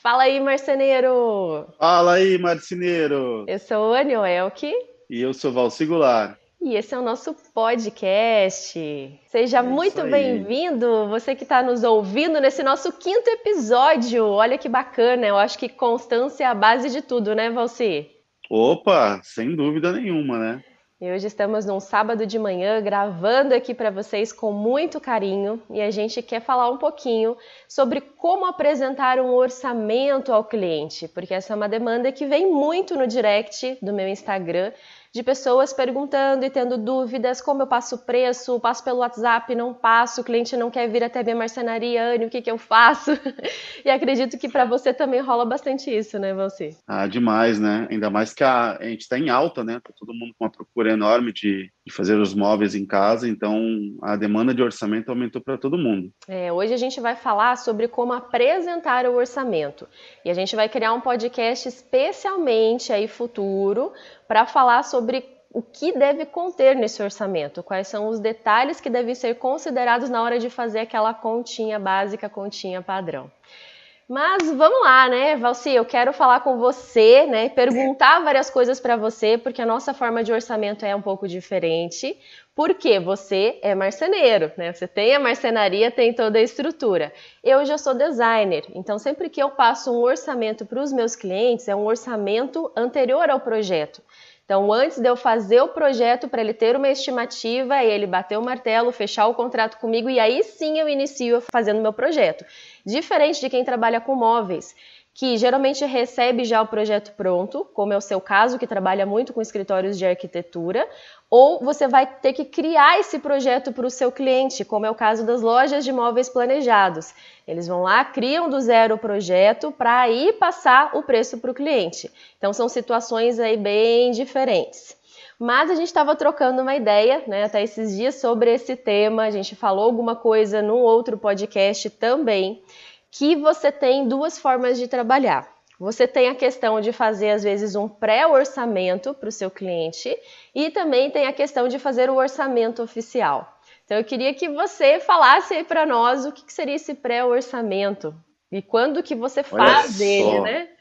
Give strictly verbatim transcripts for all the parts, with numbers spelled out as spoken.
Fala aí, marceneiro! Fala aí, marceneiro! Eu sou a Anne Elke E eu sou Val Sigular. e esse é o nosso podcast. Seja É isso muito aí. bem-vindo, você que está nos ouvindo nesse nosso quinto episódio. Olha que bacana, eu acho que constância é a base de tudo, né, Valci? Opa, sem dúvida nenhuma, né? E hoje estamos num sábado de manhã gravando aqui para vocês com muito carinho e a gente quer falar um pouquinho sobre como apresentar um orçamento ao cliente, porque essa é uma demanda que vem muito no direct do meu Instagram, de pessoas perguntando e tendo dúvidas, como eu passo o preço, passo pelo WhatsApp, não passo, o cliente não quer vir até minha marcenaria, Anne, o que que eu faço? E acredito que para você também rola bastante isso, né, você? Ah, demais, né? Ainda mais que a, a gente está em alta, né? Tá todo mundo com uma procura enorme de, de fazer os móveis em casa, então a demanda de orçamento aumentou para todo mundo. É, hoje a gente vai falar sobre como apresentar o orçamento e a gente vai criar um podcast especialmente aí futuro para falar sobre o que deve conter nesse orçamento, quais são os detalhes que devem ser considerados na hora de fazer aquela continha básica, continha padrão. Mas vamos lá, né, Valci? Eu quero falar com você, né? Perguntar várias coisas para você, porque a nossa forma de orçamento é um pouco diferente. Porque você é marceneiro, né? Você tem a marcenaria, tem toda a estrutura. Eu já sou designer, então sempre que eu passo um orçamento para os meus clientes, é um orçamento anterior ao projeto. Então, antes de eu fazer o projeto para ele ter uma estimativa, ele bater o martelo, fechar o contrato comigo e aí sim eu inicio fazendo meu projeto. Diferente de quem trabalha com móveis, que geralmente recebe já o projeto pronto, como é o seu caso, que trabalha muito com escritórios de arquitetura, ou você vai ter que criar esse projeto para o seu cliente, como é o caso das lojas de móveis planejados. Eles vão lá, criam do zero o projeto para aí passar o preço para o cliente. Então são situações aí bem diferentes. Mas a gente estava trocando uma ideia, né, até esses dias sobre esse tema. A gente falou alguma coisa num outro podcast também, que você tem duas formas de trabalhar. Você tem a questão de fazer, às vezes, um pré-orçamento para o seu cliente e também tem a questão de fazer o orçamento oficial. Então, eu queria que você falasse aí para nós o que seria esse pré-orçamento e quando que você Olha faz ele, só. né?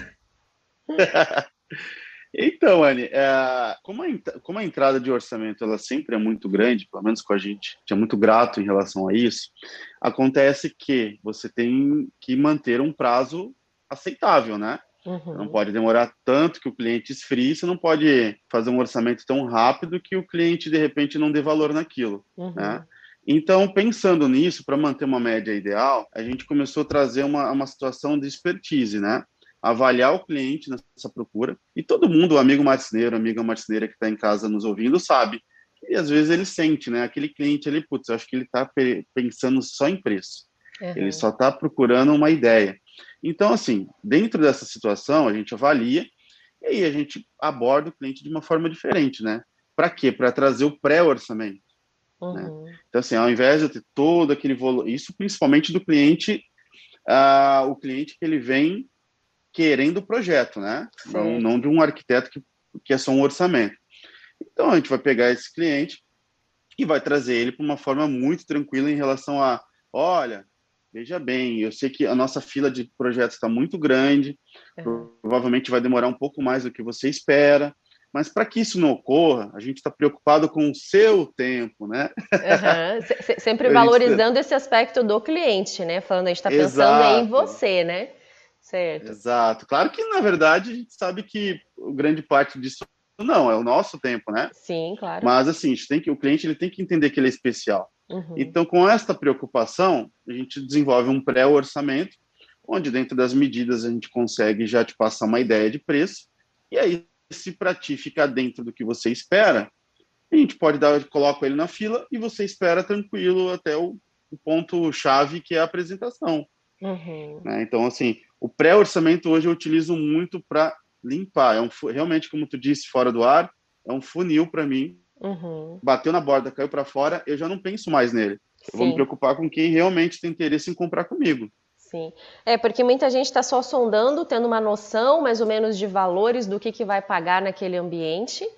Então, Anne, é, como, a, ent- como a entrada de orçamento ela sempre é muito grande, pelo menos com a gente, a gente é muito grato em relação a isso, acontece que você tem que manter um prazo aceitável, né? Você não Uhum, pode demorar tanto que o cliente esfrie, você não pode fazer um orçamento tão rápido que o cliente, de repente, não dê valor naquilo, né? uhum, Então, pensando nisso, para manter uma média ideal, a gente começou a trazer uma, uma situação de expertise, né? Avaliar o cliente nessa procura. E todo mundo, o amigo marceneiro, amiga marceneira que está em casa nos ouvindo, sabe que às vezes ele sente, né? Aquele cliente ali, putz, eu acho que ele está pensando só em preço. Ele uhum, só está procurando uma ideia. Então, assim, dentro dessa situação, a gente avalia e aí a gente aborda o cliente de uma forma diferente, né? Para quê? Para trazer o pré-orçamento, né? uhum. Então, assim, ao invés de eu ter todo aquele volume, isso principalmente do cliente, ah, o cliente que ele vem querendo o projeto, né? Não, Certo. não de um arquiteto que, que é só um orçamento. Então, a gente vai pegar esse cliente e vai trazer ele para uma forma muito tranquila em relação a, olha, veja bem, eu sei que a nossa fila de projetos está muito grande, Uhum. provavelmente vai demorar um pouco mais do que você espera, mas para que isso não ocorra, a gente está preocupado com o seu tempo, né? Aham. Se- se- Sempre A gente tá... valorizando esse aspecto do cliente, né? Falando, a gente está pensando em Exato, você, né? Certo. exato. Claro que, na verdade, a gente sabe que grande parte disso não, é o nosso tempo, né? Sim, claro. Mas assim, a gente tem que, o cliente ele tem que entender que ele é especial. Uhum. Então, com esta preocupação, a gente desenvolve um pré-orçamento, onde dentro das medidas a gente consegue já te passar uma ideia de preço, e aí, se para ti ficar dentro do que você espera, a gente pode dar, coloca ele na fila e você espera tranquilo até o, o ponto-chave, que é a apresentação. Uhum. Né? Então, assim, o pré-orçamento hoje eu utilizo muito para limpar. É um, realmente, como tu disse, fora do ar, é um funil para mim. Uhum. Bateu na borda, caiu para fora, eu já não penso mais nele. Eu vou me Sim. preocupar com quem realmente tem interesse em comprar comigo. Sim. É, porque muita gente está só sondando, tendo uma noção mais ou menos de valores do que, que vai pagar naquele ambiente.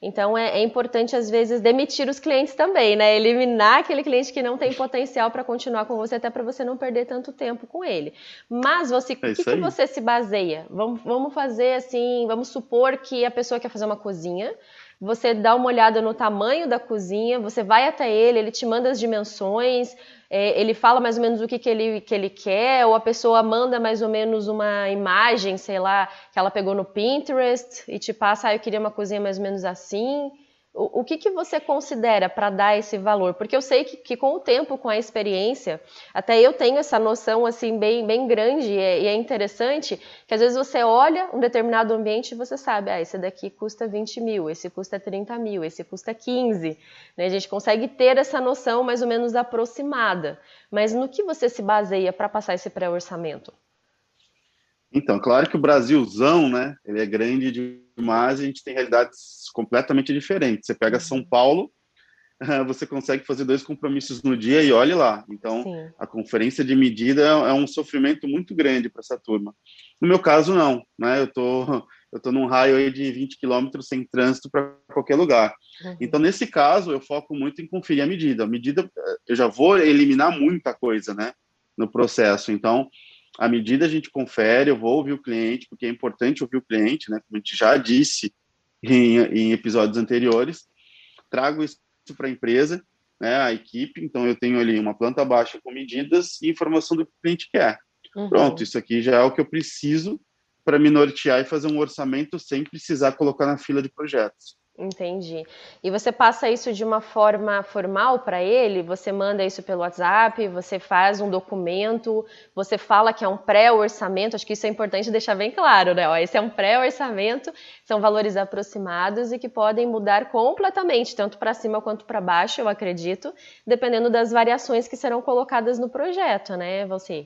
Então, é, é importante, às vezes, demitir os clientes também, né? Eliminar aquele cliente que não tem potencial para continuar com você, até para você não perder tanto tempo com ele. Mas, você, É o que, isso que aí. você se baseia? Vamos, vamos fazer assim, vamos supor que a pessoa quer fazer uma cozinha, você dá uma olhada no tamanho da cozinha, você vai até ele, ele te manda as dimensões, é, ele fala mais ou menos o que, que, ele, que ele quer, ou a pessoa manda mais ou menos uma imagem, sei lá, que ela pegou no Pinterest e te passa, ah, eu queria uma cozinha mais ou menos assim. O, o que, que você considera para dar esse valor? Porque eu sei que, que com o tempo, com a experiência, até eu tenho essa noção assim bem, bem grande e é, e é interessante que às vezes você olha um determinado ambiente e você sabe, ah, esse daqui custa vinte mil, esse custa trinta mil, esse custa quinze. Né? A gente consegue ter essa noção mais ou menos aproximada. Mas no que você se baseia para passar esse pré-orçamento? Então, claro que o Brasilzão, né, ele é grande demais e a gente tem realidades completamente diferentes. Você pega São Uhum. Paulo, você consegue fazer dois compromissos no dia e olhe lá. Então, Sim. a conferência de medida é um sofrimento muito grande para essa turma. No meu caso, não, né? Eu tô, eu tô num raio aí de vinte quilômetros sem trânsito para qualquer lugar. Então, Uhum. nesse caso, eu foco muito em conferir a medida. A medida, eu já vou eliminar muita coisa, né, no processo. Então, a medida a gente confere, eu vou ouvir o cliente, porque é importante ouvir o cliente, né? Como a gente já disse em, em episódios anteriores, trago isso para a empresa, né, a equipe, então eu tenho ali uma planta baixa com medidas e informação do que o cliente quer. Pronto, Uhum. isso aqui já é o que eu preciso para me nortear e fazer um orçamento sem precisar colocar na fila de projetos. Entendi. E você passa isso de uma forma formal para ele? Você manda isso pelo WhatsApp, você faz um documento, você fala que é um pré-orçamento, acho que isso é importante deixar bem claro, né? Ó, esse é um pré-orçamento, são valores aproximados e que podem mudar completamente, tanto para cima quanto para baixo, eu acredito, dependendo das variações que serão colocadas no projeto, né, você?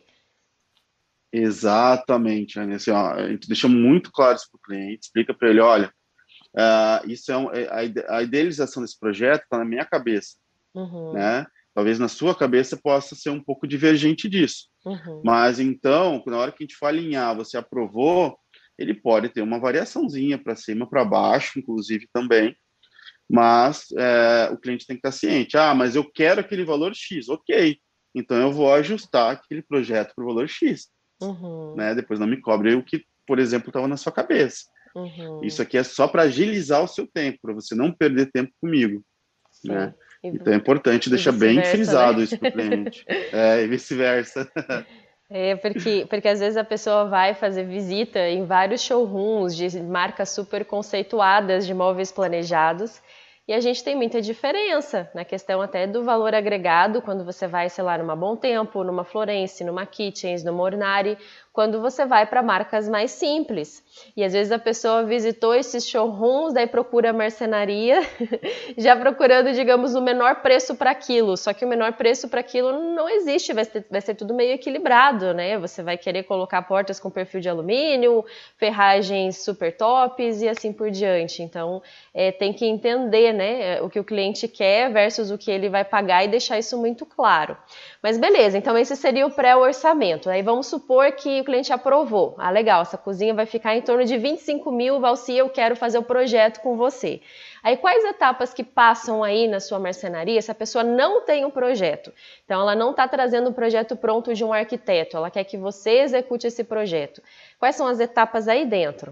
Exatamente, Anny. Assim, ó, a gente deixa muito claro isso para o cliente, explica para ele, olha, uh, isso é um, a, ide a idealização desse projeto está na minha cabeça, Uhum, né? Talvez na sua cabeça possa ser um pouco divergente disso. uhum, Mas então, na hora que a gente for alinhar, você aprovou, ele pode ter uma variaçãozinha para cima, para baixo, inclusive também. Mas é, o cliente tem que estar ciente. Ah, mas eu quero aquele valor X. Ok. Então eu vou ajustar aquele projeto para o valor X. uhum, Né? Depois não me cobre o que, por exemplo, estava na sua cabeça. Isso uhum. aqui é só para agilizar o seu tempo, para você não perder tempo comigo. Né? Sim. E, Então é importante e deixar bem vice-versa, né? frisado isso para o cliente. É, e vice-versa. É porque, porque às vezes a pessoa vai fazer visita em vários showrooms de marcas super conceituadas de móveis planejados e a gente tem muita diferença na questão até do valor agregado quando você vai, sei lá, numa Bom Tempo, numa Florence, numa Kitchens, numa Ornari, quando você vai para marcas mais simples. E às vezes a pessoa visitou esses showrooms, daí procura marcenaria, já procurando, digamos, o menor preço para aquilo. Só que o menor preço para aquilo não existe, vai ser, vai ser tudo meio equilibrado, né? Você vai querer colocar portas com perfil de alumínio, ferragens super tops e assim por diante. Então, é, tem que entender, né, o que o cliente quer versus o que ele vai pagar e deixar isso muito claro. Mas beleza, então esse seria o pré-orçamento. Aí vamos supor que o cliente aprovou. Ah, legal, essa cozinha vai ficar em torno de vinte e cinco mil, Valci, eu quero fazer o projeto com você. Aí quais etapas que passam aí na sua marcenaria se a pessoa não tem um projeto? Então ela não está trazendo o projeto pronto de um arquiteto, ela quer que você execute esse projeto. Quais são as etapas aí dentro?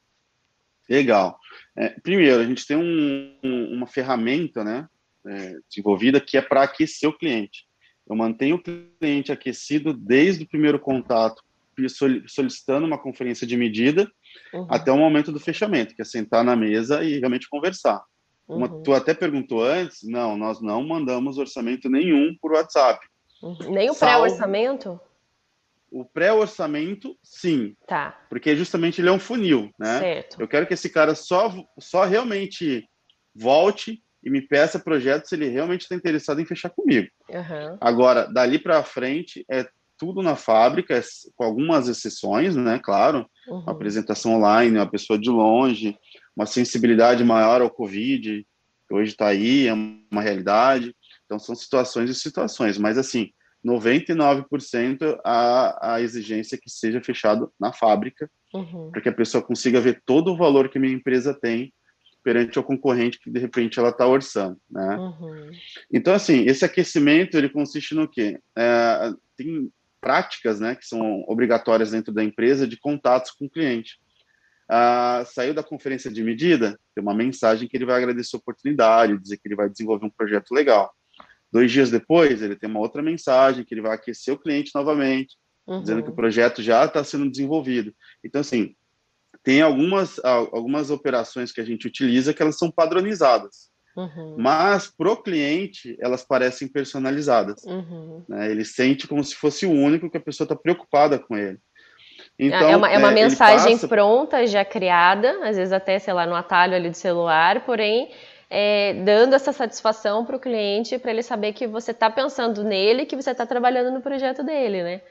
Legal. É, primeiro, a gente tem um, um, uma ferramenta, né, é, desenvolvida que é para aquecer o cliente. Eu mantenho o cliente aquecido desde o primeiro contato, solicitando uma conferência de medida, Uhum, até o momento do fechamento, que é sentar na mesa e realmente conversar. Como uhum, tu até perguntou antes, não, nós não mandamos orçamento nenhum por WhatsApp, uhum. Nem o salvo pré-orçamento? o pré-orçamento, sim, Tá, porque justamente ele é um funil, né? certo. Eu quero que esse cara só, só realmente volte e me peça projeto se ele realmente está interessado em fechar comigo. Uhum, Agora, dali para frente, é tudo na fábrica, é, com algumas exceções, né? Claro, uma uhum, apresentação online, uma pessoa de longe, uma sensibilidade maior ao Covid, que hoje está aí, é uma realidade. Então, são situações e situações, mas assim, noventa e nove por cento a, a exigência é que seja fechado na fábrica, uhum. para que a pessoa consiga ver todo o valor que a minha empresa tem perante o concorrente que, de repente, ela está orçando, né? Uhum. Então, assim, esse aquecimento, ele consiste no quê? É, tem práticas, né, que são obrigatórias dentro da empresa de contatos com o cliente. Ah, saiu da conferência de medida, tem uma mensagem que ele vai agradecer a oportunidade, dizer que ele vai desenvolver um projeto legal. Dois dias depois, ele tem uma outra mensagem que ele vai aquecer o cliente novamente, uhum. dizendo que o projeto já está sendo desenvolvido. Então, assim, tem algumas, algumas operações que a gente utiliza que elas são padronizadas. Uhum. Mas, para o cliente, elas parecem personalizadas. Uhum. Né? Ele sente como se fosse o único, que a pessoa está preocupada com ele. Então, é uma, é uma é, mensagem passa... pronta, já criada, às vezes até, sei lá, no atalho ali do celular, porém, é, dando essa satisfação para o cliente, para ele saber que você está pensando nele, que você está trabalhando no projeto dele, né?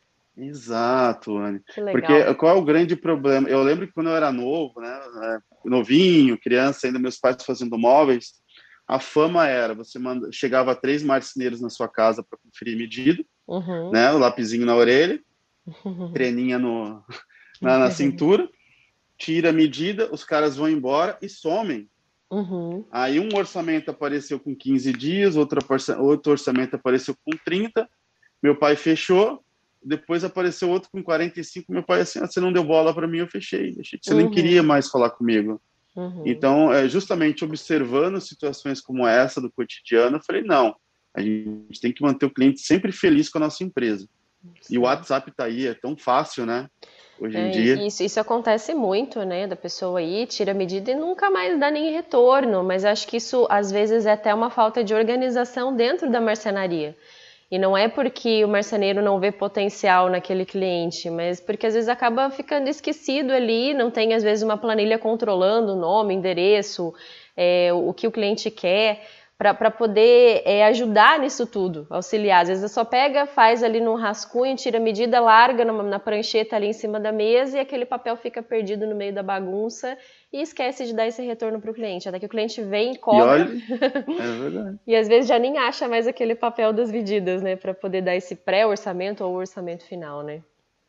Exato, Anne. Que legal. Porque qual é o grande problema? Eu lembro que quando eu era novo, né, novinho, criança, ainda meus pais fazendo móveis, a fama era, você manda, chegava três marceneiros na sua casa para conferir medida, uhum. né, o lapisinho na orelha, uhum. treninha no, na, na cintura, tira a medida, os caras vão embora e somem. Uhum. Aí um orçamento apareceu com quinze dias, outro, outro orçamento apareceu com trinta, meu pai fechou, depois apareceu outro com quarenta e cinco, meu pai assim, ah, você não deu bola para mim, eu fechei, achei que você uhum. nem queria mais falar comigo. Uhum. Então, é, justamente observando situações como essa do cotidiano, eu falei, não, a gente tem que manter o cliente sempre feliz com a nossa empresa. Sim. E o WhatsApp tá aí, é tão fácil, né? Hoje em é, dia. Isso, isso acontece muito, né? Da pessoa aí, tira a medida e nunca mais dá nem retorno, mas acho que isso, às vezes, é até uma falta de organização dentro da marcenaria. E não é porque o marceneiro não vê potencial naquele cliente, mas porque às vezes acaba ficando esquecido ali, não tem às vezes uma planilha controlando o nome, endereço, é, o que o cliente quer, para poder é, ajudar nisso tudo, auxiliar. Às vezes só pega, faz ali num rascunho, tira a medida, larga na, na prancheta ali em cima da mesa e aquele papel fica perdido no meio da bagunça e esquece de dar esse retorno para o cliente. Até que o cliente vem e cobra. E olha, é verdade. E às vezes já nem acha mais aquele papel das medidas, né? Para poder dar esse pré-orçamento ou orçamento final, né?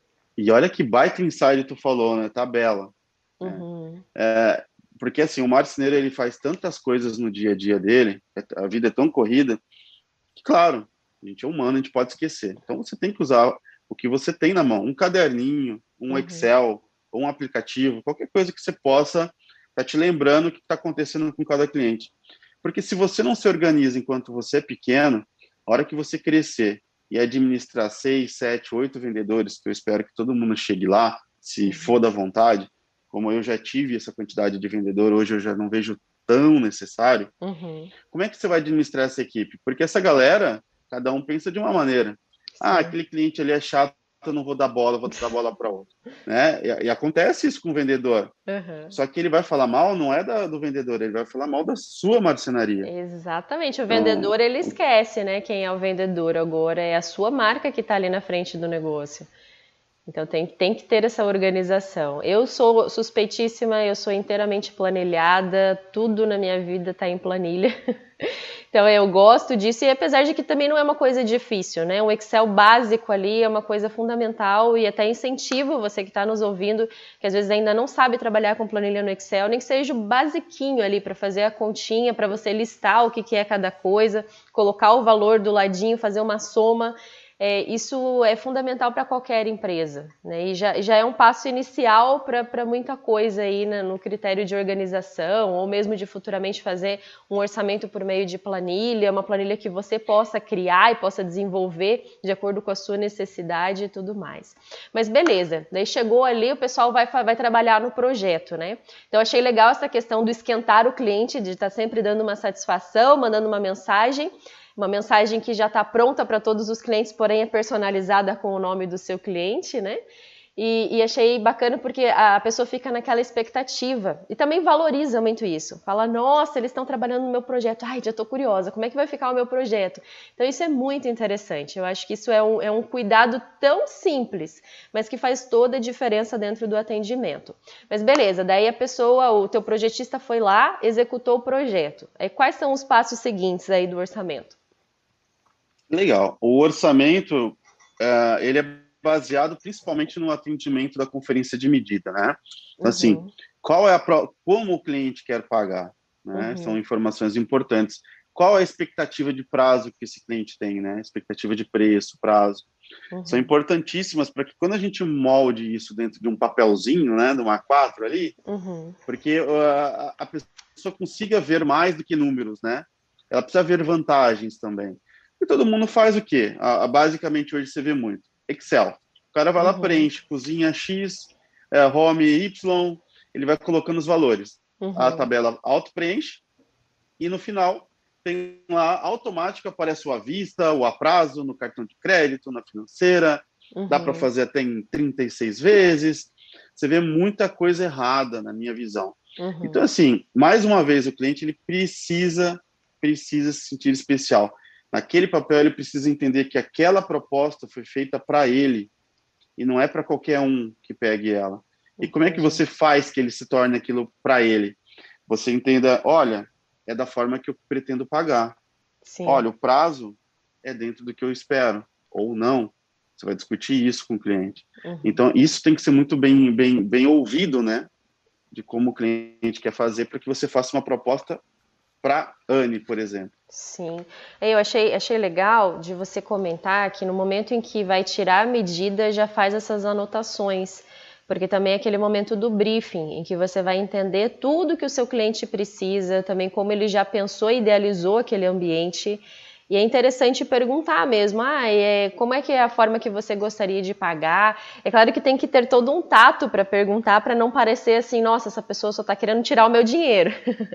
E olha que baita insight tu falou, né? Tabela. Uhum. É, porque assim, o marceneiro ele faz tantas coisas no dia a dia dele, a vida é tão corrida, que claro, a gente é humano, a gente pode esquecer. Então você tem que usar o que você tem na mão, um caderninho, um uhum. Excel, ou um aplicativo, qualquer coisa que você possa estar tá te lembrando o que está acontecendo com cada cliente. Porque se você não se organiza enquanto você é pequeno, a hora que você crescer e administrar seis, sete, oito vendedores, que eu espero que todo mundo chegue lá, se uhum. for da vontade, como eu já tive essa quantidade de vendedor, hoje eu já não vejo tão necessário, uhum. como é que você vai administrar essa equipe? Porque essa galera, cada um pensa de uma maneira. Sim. Ah, aquele cliente ali é chato, eu não vou dar bola, vou dar bola para outro. Né? E, e acontece isso com o vendedor. Uhum. Só que ele vai falar mal, não é da, do vendedor, ele vai falar mal da sua marcenaria. Exatamente, o vendedor então, ele esquece, né, quem é o vendedor agora, é a sua marca que está ali na frente do negócio. Então tem, tem que ter essa organização. Eu sou suspeitíssima, eu sou inteiramente planilhada, tudo na minha vida está em planilha. Então eu gosto disso, e apesar de que também não é uma coisa difícil, né? Um Excel básico ali é uma coisa fundamental e até incentivo você que está nos ouvindo, que às vezes ainda não sabe trabalhar com planilha no Excel, nem que seja o basiquinho ali para fazer a continha, para você listar o que, que é cada coisa, colocar o valor do ladinho, fazer uma soma. É, isso é fundamental para qualquer empresa, né? E já, já é um passo inicial para muita coisa aí, né, no critério de organização, ou mesmo de futuramente fazer um orçamento por meio de planilha, uma planilha que você possa criar e possa desenvolver de acordo com a sua necessidade e tudo mais. Mas beleza, daí chegou ali, o pessoal vai, vai trabalhar no projeto, né? Então achei legal essa questão do esquentar o cliente, de estar sempre dando uma satisfação, mandando uma mensagem, uma mensagem que já está pronta para todos os clientes, porém é personalizada com o nome do seu cliente, né? E, e achei bacana porque a pessoa fica naquela expectativa e também valoriza muito isso. Fala, nossa, eles estão trabalhando no meu projeto. Ai, já estou curiosa, como é que vai ficar o meu projeto? Então isso é muito interessante. Eu acho que isso é um, é um cuidado tão simples, mas que faz toda a diferença dentro do atendimento. Mas beleza, daí a pessoa, o teu projetista foi lá, executou o projeto. Aí quais são os passos seguintes aí do orçamento? Legal. O orçamento, uh, ele é baseado principalmente no atendimento da conferência de medida, né? Então, uhum. assim, qual é a pro... como o cliente quer pagar, né? Uhum. São informações importantes. Qual é a expectativa de prazo que esse cliente tem, né? Expectativa de preço, prazo. Uhum. São importantíssimas para que quando a gente molde isso dentro de um papelzinho, né, de uma A quatro ali, uhum. porque a, a pessoa consiga ver mais do que números, né? Ela precisa ver vantagens também. E todo mundo faz o quê? A, a, basicamente hoje você vê muito. Excel. O cara vai lá, uhum. preenche, cozinha X, é, home Y, ele vai colocando os valores. Uhum. A tabela auto-preenche e no final tem lá, automático, aparece o à vista, o a prazo, no cartão de crédito, na financeira, uhum. dá para fazer até em trinta e seis vezes. Você vê muita coisa errada, na minha visão. Uhum. Então, assim, mais uma vez, o cliente ele precisa, precisa se sentir especial. Naquele papel, ele precisa entender que aquela proposta foi feita para ele e não é para qualquer um que pegue ela. E como é que você faz que ele se torne aquilo para ele? Você entenda, olha, é da forma que eu pretendo pagar. Sim. Olha, o prazo é dentro do que eu espero, ou não. Você vai discutir isso com o cliente. Uhum. Então, isso tem que ser muito bem, bem, bem ouvido, né? De como o cliente quer fazer, para que você faça uma proposta para a Anne, por exemplo. Sim. Eu achei, achei legal de você comentar que no momento em que vai tirar a medida, já faz essas anotações. Porque também é aquele momento do briefing, em que você vai entender tudo que o seu cliente precisa, também como ele já pensou e idealizou aquele ambiente. E é interessante perguntar mesmo, ah, é, como é que é a forma que você gostaria de pagar? É claro que tem que ter todo um tato para perguntar, para não parecer assim, nossa, essa pessoa só está querendo tirar o meu dinheiro.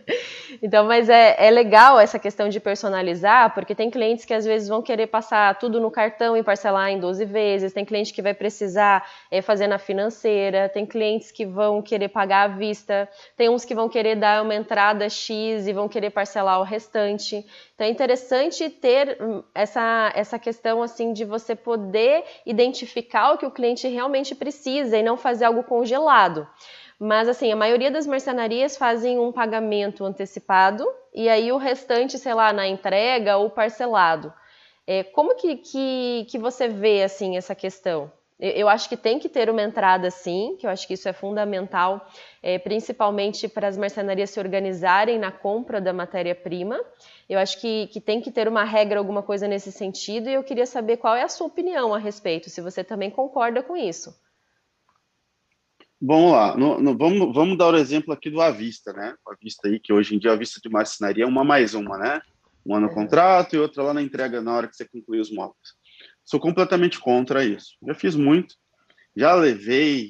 Então, mas é, é legal essa questão de personalizar, porque tem clientes que às vezes vão querer passar tudo no cartão e parcelar em doze vezes, tem cliente que vai precisar é, fazer na financeira, tem clientes que vão querer pagar à vista, tem uns que vão querer dar uma entrada X e vão querer parcelar o restante. Então é interessante ter essa, essa questão assim de você poder identificar o que o cliente realmente precisa e não fazer algo congelado. Mas assim, a maioria das marcenarias fazem um pagamento antecipado e aí o restante, sei lá, na entrega ou parcelado. É, como que, que, que você vê assim essa questão? Eu acho que tem que ter uma entrada sim, que eu acho que isso é fundamental, é, principalmente para as marcenarias se organizarem na compra da matéria-prima. Eu acho que, que tem que ter uma regra, alguma coisa nesse sentido, e eu queria saber qual é a sua opinião a respeito, se você também concorda com isso. Vamos lá, no, no, vamos, vamos dar o exemplo aqui do à vista, né? O à vista aí, que hoje em dia a vista de marcenaria é uma mais uma, né? Uma no uhum. contrato e outra lá na entrega, na hora que você concluir os móveis. Sou completamente contra isso. Já fiz muito, já levei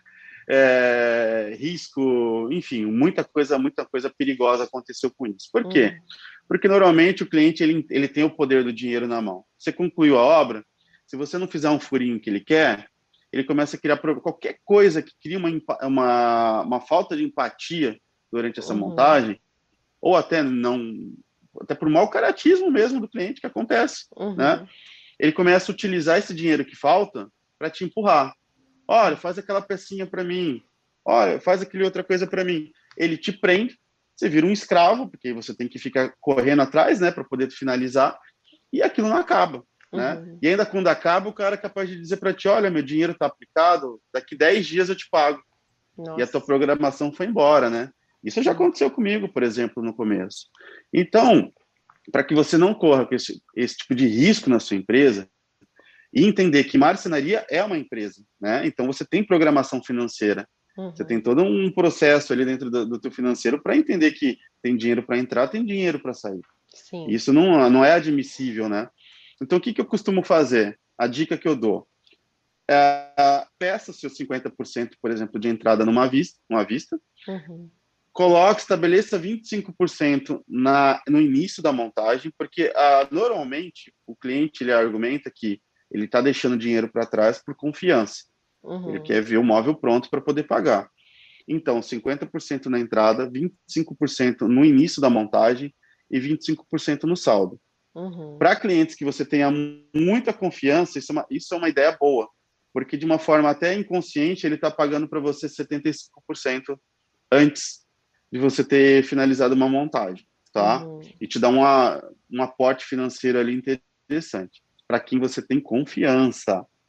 é, risco, enfim, muita coisa, muita coisa perigosa aconteceu com isso. Por quê? Uhum. Porque normalmente o cliente ele, ele tem o poder do dinheiro na mão. Você concluiu a obra, se você não fizer um furinho que ele quer, ele começa a criar qualquer coisa que cria uma, uma, uma falta de empatia durante essa uhum. montagem, ou até não, até por mau caratismo mesmo do cliente que acontece, uhum. né? Ele começa a utilizar esse dinheiro que falta para te empurrar. Olha, faz aquela pecinha para mim. Olha, faz aquela outra coisa para mim. Ele te prende, você vira um escravo, porque você tem que ficar correndo atrás, né, para poder finalizar, e aquilo não acaba. Né? Uhum. E ainda quando acaba, o cara é capaz de dizer para ti, olha, meu dinheiro está aplicado, daqui dez dias eu te pago. Nossa. E a tua programação foi embora, né? Isso já aconteceu comigo, por exemplo, no começo. Então, para que você não corra com esse, esse tipo de risco na sua empresa, e entender que marcenaria é uma empresa, né? Então você tem programação financeira, uhum. você tem todo um processo ali dentro do, do teu financeiro para entender que tem dinheiro para entrar, tem dinheiro para sair. Sim. Isso não, não é admissível, né? Então, o que, que eu costumo fazer? A dica que eu dou é, peça seus cinquenta por cento, por exemplo, de entrada numa vista, numa vista uhum. coloque, estabeleça vinte e cinco por cento na, no início da montagem, porque ah, normalmente o cliente ele argumenta que ele está deixando dinheiro para trás por confiança. Uhum. Ele quer ver o móvel pronto para poder pagar. Então, cinquenta por cento na entrada, vinte e cinco por cento no início da montagem e vinte e cinco por cento no saldo. Uhum. Para clientes que você tenha muita confiança, isso é, uma, isso é uma ideia boa, porque de uma forma até inconsciente, ele está pagando para você setenta e cinco por cento antes de você ter finalizado uma montagem, tá? Uhum. E te dá uma, um aporte financeiro ali interessante, para quem você tem confiança.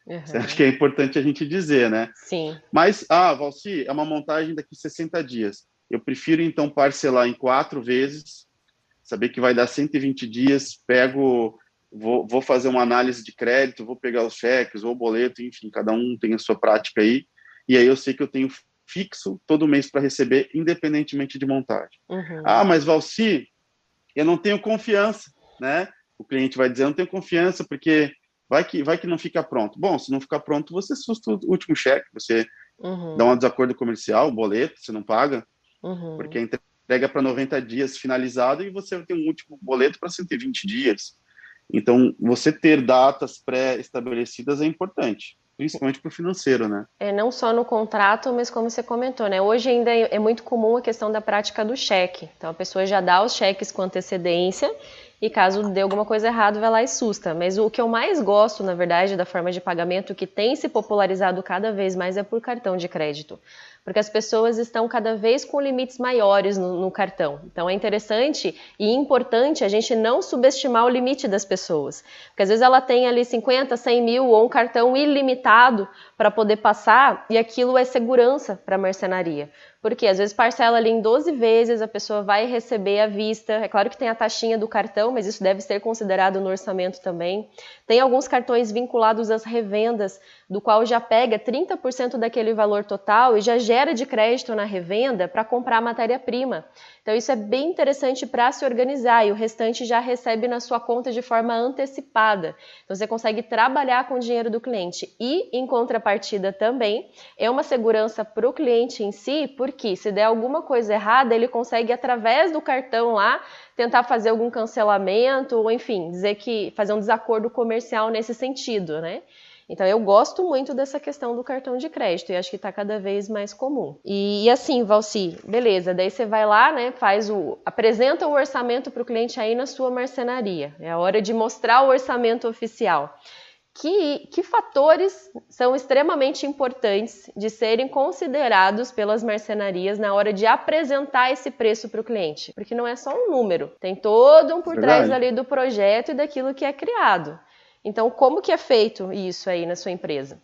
Acho Uhum. que é importante a gente dizer, né? Sim. Mas, ah, Valci, é uma montagem daqui sessenta dias. Eu prefiro, então, parcelar em quatro vezes, saber que vai dar cento e vinte dias, pego, vou, vou fazer uma análise de crédito, vou pegar os cheques ou o boleto, enfim, cada um tem a sua prática aí, e aí eu sei que eu tenho fixo todo mês para receber, independentemente de montagem. Uhum. Ah, mas Valci, eu não tenho confiança, né? O cliente vai dizer, eu não tenho confiança, porque vai que, vai que não fica pronto. Bom, se não ficar pronto, você assusta o último cheque, você dá um Uhum. desacordo comercial, o boleto, você não paga, porque Uhum. a entrega para noventa dias finalizado e você tem um último boleto para cento e vinte dias. Então, você ter datas pré-estabelecidas é importante, principalmente para o financeiro, né? É, não só no contrato, mas como você comentou, né? Hoje ainda é é muito comum a questão da prática do cheque. Então a pessoa já dá os cheques com antecedência e caso dê alguma coisa errada, vai lá e susta. Mas o que eu mais gosto, na verdade, da forma de pagamento que tem se popularizado cada vez mais é por cartão de crédito. Porque as pessoas estão cada vez com limites maiores no, no cartão. Então é interessante e importante a gente não subestimar o limite das pessoas. Porque às vezes ela tem ali cinquenta, cem mil ou um cartão ilimitado para poder passar e aquilo é segurança para a marcenaria. Porque às vezes parcela ali em doze vezes, a pessoa vai receber à vista. É claro que tem a taxinha do cartão, mas isso deve ser considerado no orçamento também. Tem alguns cartões vinculados às revendas, do qual já pega trinta por cento daquele valor total e já gera de crédito na revenda para comprar matéria-prima. Então isso é bem interessante para se organizar e o restante já recebe na sua conta de forma antecipada. Então você consegue trabalhar com o dinheiro do cliente e, em contrapartida também, é uma segurança para o cliente em si, porque se der alguma coisa errada, ele consegue, através do cartão lá, tentar fazer algum cancelamento ou, enfim, dizer que fazer um desacordo comercial nesse sentido, né? Então eu gosto muito dessa questão do cartão de crédito e acho que está cada vez mais comum. E, e assim, Valci, beleza, daí você vai lá, né, faz o, apresenta o orçamento para o cliente aí na sua marcenaria. É a hora de mostrar o orçamento oficial. Que, que fatores são extremamente importantes de serem considerados pelas marcenarias na hora de apresentar esse preço para o cliente? Porque não é só um número, tem todo um por trás Verdade. ali do projeto e daquilo que é criado. Então, como que é feito isso aí na sua empresa?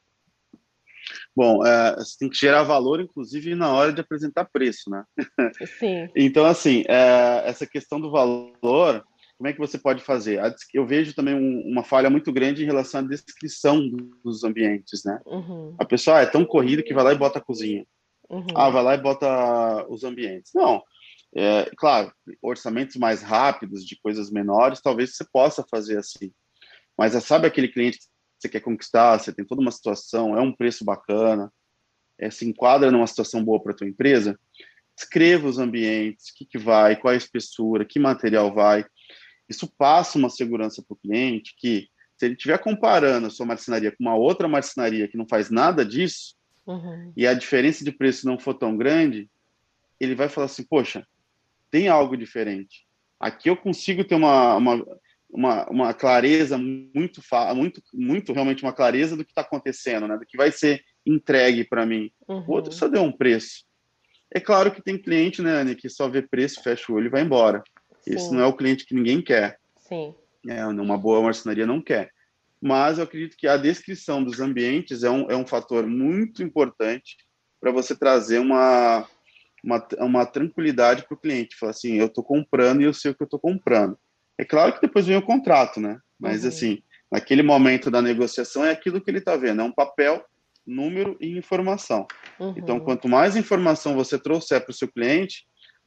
Bom, é, você tem que gerar valor, inclusive, na hora de apresentar preço, né? Sim. Então, assim, é, essa questão do valor, como é que você pode fazer? Eu vejo também um, uma falha muito grande em relação à descrição dos ambientes, né? Uhum. A pessoa ah, é tão corrida que vai lá e bota a cozinha. Ah, Uhum. vai lá e bota os ambientes. Não, é, claro, orçamentos mais rápidos, de coisas menores, talvez você possa fazer assim. Mas sabe aquele cliente que você quer conquistar, você tem toda uma situação, é um preço bacana, é, se enquadra numa situação boa para a tua empresa, escreva os ambientes, o que, que vai, qual é a espessura, que material vai. Isso passa uma segurança para o cliente que, se ele estiver comparando a sua marcenaria com uma outra marcenaria que não faz nada disso, Uhum. e a diferença de preço não for tão grande, ele vai falar assim, poxa, tem algo diferente. Aqui eu consigo ter uma, uma, uma, uma clareza muito, muito, muito, realmente uma clareza do que está acontecendo, né? Do que vai ser entregue para mim. O outro Uhum. só deu um preço. É claro que tem cliente, né, Anny, que só vê preço, fecha o olho e vai embora. Esse não Sim, é o cliente que ninguém quer. sim. É, uma boa marcenaria não quer. Mas eu acredito que a descrição dos ambientes é um, é um fator muito importante para você trazer uma, uma, uma tranquilidade para o cliente. Falar assim, eu estou comprando e eu sei o que eu estou comprando. É claro que depois vem o contrato, né? Mas, Uhum. assim, naquele momento da negociação é aquilo que ele está vendo. É um papel, número e informação. Então, Uhum. quanto mais informação você trouxer para o seu cliente,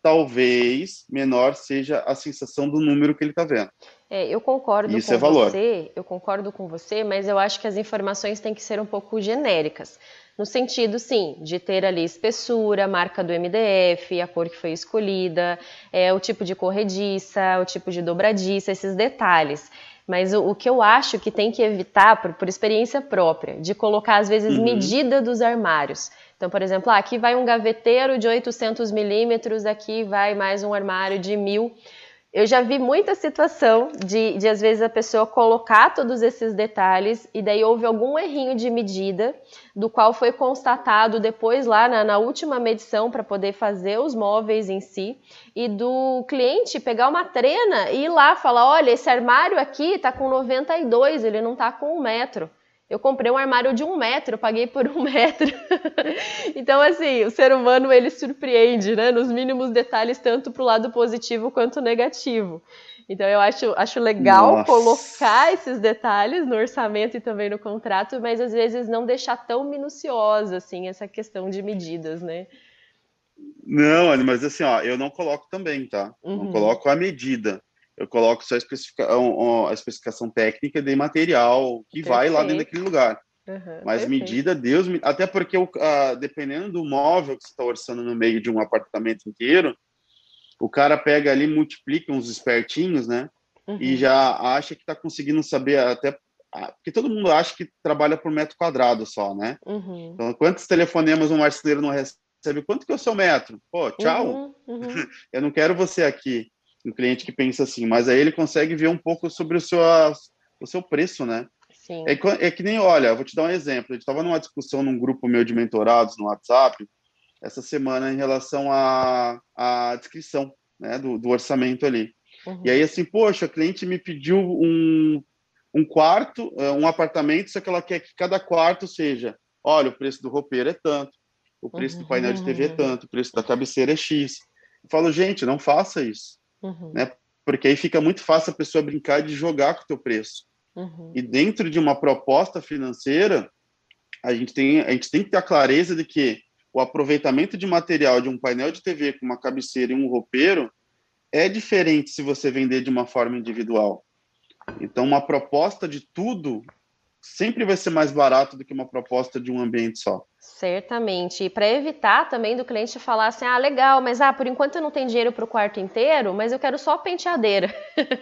talvez menor seja a sensação do número que ele está vendo. É, eu E concordo isso é com valor. você, eu concordo com você, mas eu acho que as informações têm que ser um pouco genéricas. No sentido, sim, de ter ali espessura, marca do M D F, a cor que foi escolhida, é, o tipo de corrediça, o tipo de dobradiça, esses detalhes. Mas o, o que eu acho que tem que evitar, por, por experiência própria, de colocar, às vezes, Uhum. medida dos armários. Então, por exemplo, ah, aqui vai um gaveteiro de oitocentos milímetros, aqui vai mais um armário de mil. Eu já vi muita situação de, de, às vezes, a pessoa colocar todos esses detalhes e daí houve algum errinho de medida, do qual foi constatado depois lá na, na última medição para poder fazer os móveis em si, e do cliente pegar uma trena e ir lá falar, olha, esse armário aqui está com noventa e dois, ele não está com um metro. Eu comprei um armário de um metro, paguei por um metro. Então, assim, o ser humano, ele surpreende, né? Nos mínimos detalhes, tanto para o lado positivo quanto negativo. Então, eu acho, acho legal colocar Nossa. esses detalhes no orçamento e também no contrato, mas às vezes não deixar tão minuciosa, assim, essa questão de medidas, né? Não, Anny, mas assim, ó, eu não coloco também, tá? Não Uhum. coloco a medida. Eu coloco só a, especifica- a especificação técnica de material que vai lá dentro Perfeito. daquele lugar. Uhum, Mas perfeito. medida, Deus me... Até porque, o- ah, dependendo do móvel que você está orçando no meio de um apartamento inteiro, o cara pega ali, multiplica uns espertinhos, né? E Uhum. já acha que está conseguindo saber até... ah, porque todo mundo acha que trabalha por metro quadrado só, né? Uhum. Então, quantos telefonemas um marceneiro não recebe? Quanto que é o seu metro? Pô, tchau, Uhum. Uhum. eu não quero você aqui. Um cliente que pensa assim, mas aí ele consegue ver um pouco sobre o seu, o seu preço, né? É, Sim. que- é que nem, olha, eu vou te dar um exemplo. A gente estava numa discussão num grupo meu de mentorados no WhatsApp essa semana em relação à, à descrição, né, do, do orçamento ali. E aí, Uhum. assim, poxa, a cliente me pediu um, um quarto, eh, um apartamento, só que ela quer que cada quarto seja, olha, o preço do roupeiro é tanto, o preço do painel de T V é Uhum. tanto, o preço da cabeceira é X. Eu falo, gente, não faça isso, Uhum. né? Porque aí fica muito fácil a pessoa brincar de jogar com o teu preço. Uhum. E dentro de uma proposta financeira, a gente tem, a gente tem que ter a clareza de que o aproveitamento de material de um painel de T V com uma cabeceira e um roupeiro é diferente se você vender de uma forma individual. Então, uma proposta de tudo sempre vai ser mais barato do que uma proposta de um ambiente só. Certamente. E para evitar também do cliente falar assim, ah, legal, mas ah, por enquanto eu não tenho dinheiro para o quarto inteiro, mas eu quero só a penteadeira.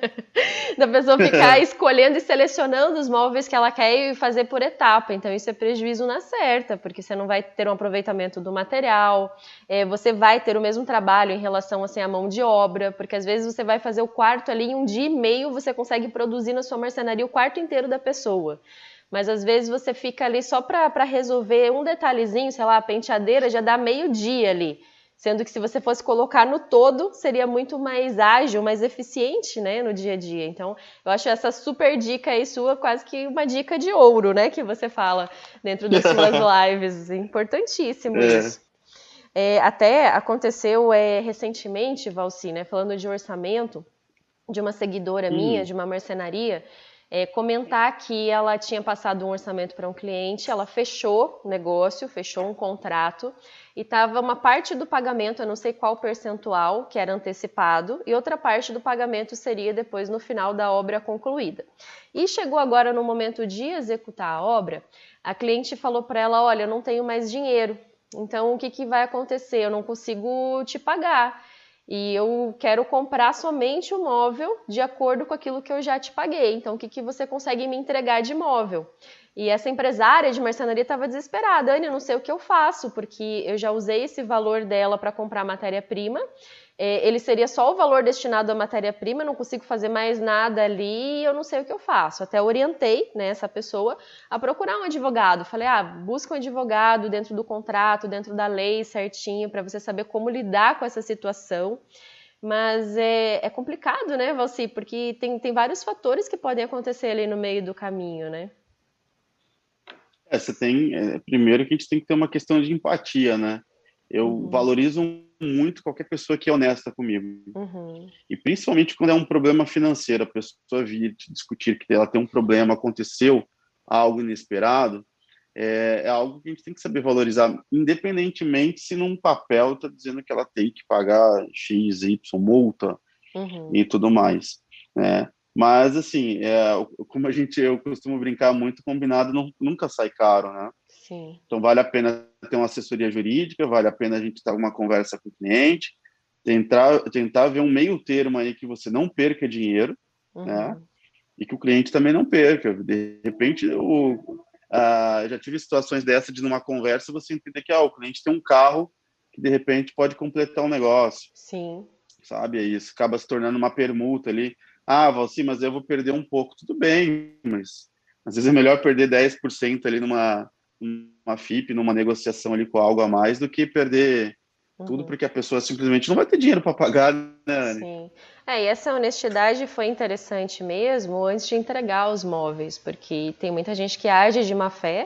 Da pessoa ficar escolhendo e selecionando os móveis que ela quer e fazer por etapa. Então isso é prejuízo na certa, porque você não vai ter um aproveitamento do material, é, você vai ter o mesmo trabalho em relação assim, à mão de obra, porque às vezes você vai fazer o quarto ali em um dia e meio, você consegue produzir na sua marcenaria o quarto inteiro da pessoa. Mas às vezes você fica ali só para resolver um detalhezinho, sei lá, a penteadeira já dá meio dia ali. Sendo que se você fosse colocar no todo, seria muito mais ágil, mais eficiente, né, no dia a dia. Então, eu acho essa super dica aí sua quase que uma dica de ouro, né, que você fala dentro das suas lives. Importantíssimo É. isso. É, até aconteceu é, recentemente, Valci, né, falando de orçamento, de uma seguidora minha, Hum. de uma marcenaria, é, comentar que ela tinha passado um orçamento para um cliente, ela fechou o negócio, fechou um contrato e estava uma parte do pagamento, eu não sei qual percentual, que era antecipado, e outra parte do pagamento seria depois no final da obra concluída. E chegou agora no momento de executar a obra, a cliente falou para ela, olha, eu não tenho mais dinheiro, então o que, que vai acontecer? Eu não consigo te pagar. E eu quero comprar somente o móvel de acordo com aquilo que eu já te paguei. Então, o que, que você consegue me entregar de móvel? E essa empresária de marcenaria estava desesperada. Anny, eu não sei o que eu faço, porque eu já usei esse valor dela para comprar matéria-prima. É, ele seria só o valor destinado à matéria-prima, não consigo fazer mais nada ali, eu não sei o que eu faço. Até orientei, né, essa pessoa a procurar um advogado. Falei, ah, busca um advogado dentro do contrato, dentro da lei certinho, para você saber como lidar com essa situação. Mas é, é complicado, né, Valci? Porque tem, tem vários fatores que podem acontecer ali no meio do caminho, né? É, você tem, é, primeiro que a gente tem que ter uma questão de empatia, né? Eu Uhum, valorizo muito qualquer pessoa que é honesta comigo. uhum, E principalmente quando é um problema financeiro, a pessoa vir te discutir que ela tem um problema, aconteceu algo inesperado, é, é algo que a gente tem que saber valorizar, independentemente se num papel está dizendo que ela tem que pagar X, Y, multa uhum, e tudo mais, né? Mas, assim, é, como a gente, eu costumo brincar muito, combinado não, nunca sai caro, né? sim, Então, vale a pena ter uma assessoria jurídica, vale a pena a gente ter uma conversa com o cliente, tentar, tentar ver um meio termo aí que você não perca dinheiro, né? uhum, E que o cliente também não perca. De repente, o, ah, já tive situações dessa de numa conversa você entender que ah, o cliente tem um carro que de repente pode completar um negócio, sim, sabe? Aí isso acaba se tornando uma permuta ali. Ah, Valci, mas eu vou perder um pouco. Tudo bem, mas às vezes é melhor perder dez por cento ali numa, numa F I P, numa negociação ali com algo a mais, do que perder Tudo Uhum. porque a pessoa simplesmente não vai ter dinheiro para pagar, né, Anne? Sim. É, e essa honestidade foi interessante mesmo antes de entregar os móveis, porque tem muita gente que age de má fé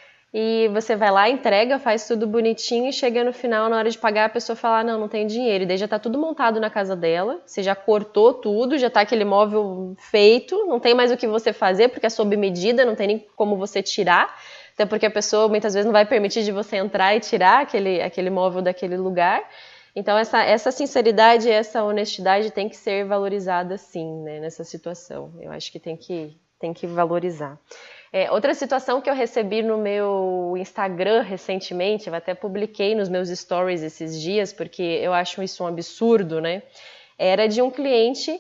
e você vai lá, entrega, faz tudo bonitinho e chega no final, na hora de pagar, a pessoa fala, ah, não, não tem dinheiro. E daí já tá tudo montado na casa dela, você já cortou tudo, já tá aquele móvel feito, não tem mais o que você fazer, porque é sob medida, não tem nem como você tirar. Até porque a pessoa muitas vezes não vai permitir de você entrar e tirar aquele, aquele móvel daquele lugar. Então, essa, essa sinceridade e essa honestidade tem que ser valorizada, sim, né, nessa situação. Eu acho que tem que, tem que valorizar. É, outra situação que eu recebi no meu Instagram recentemente, eu até publiquei nos meus stories esses dias, porque eu acho isso um absurdo, né? Era de um cliente,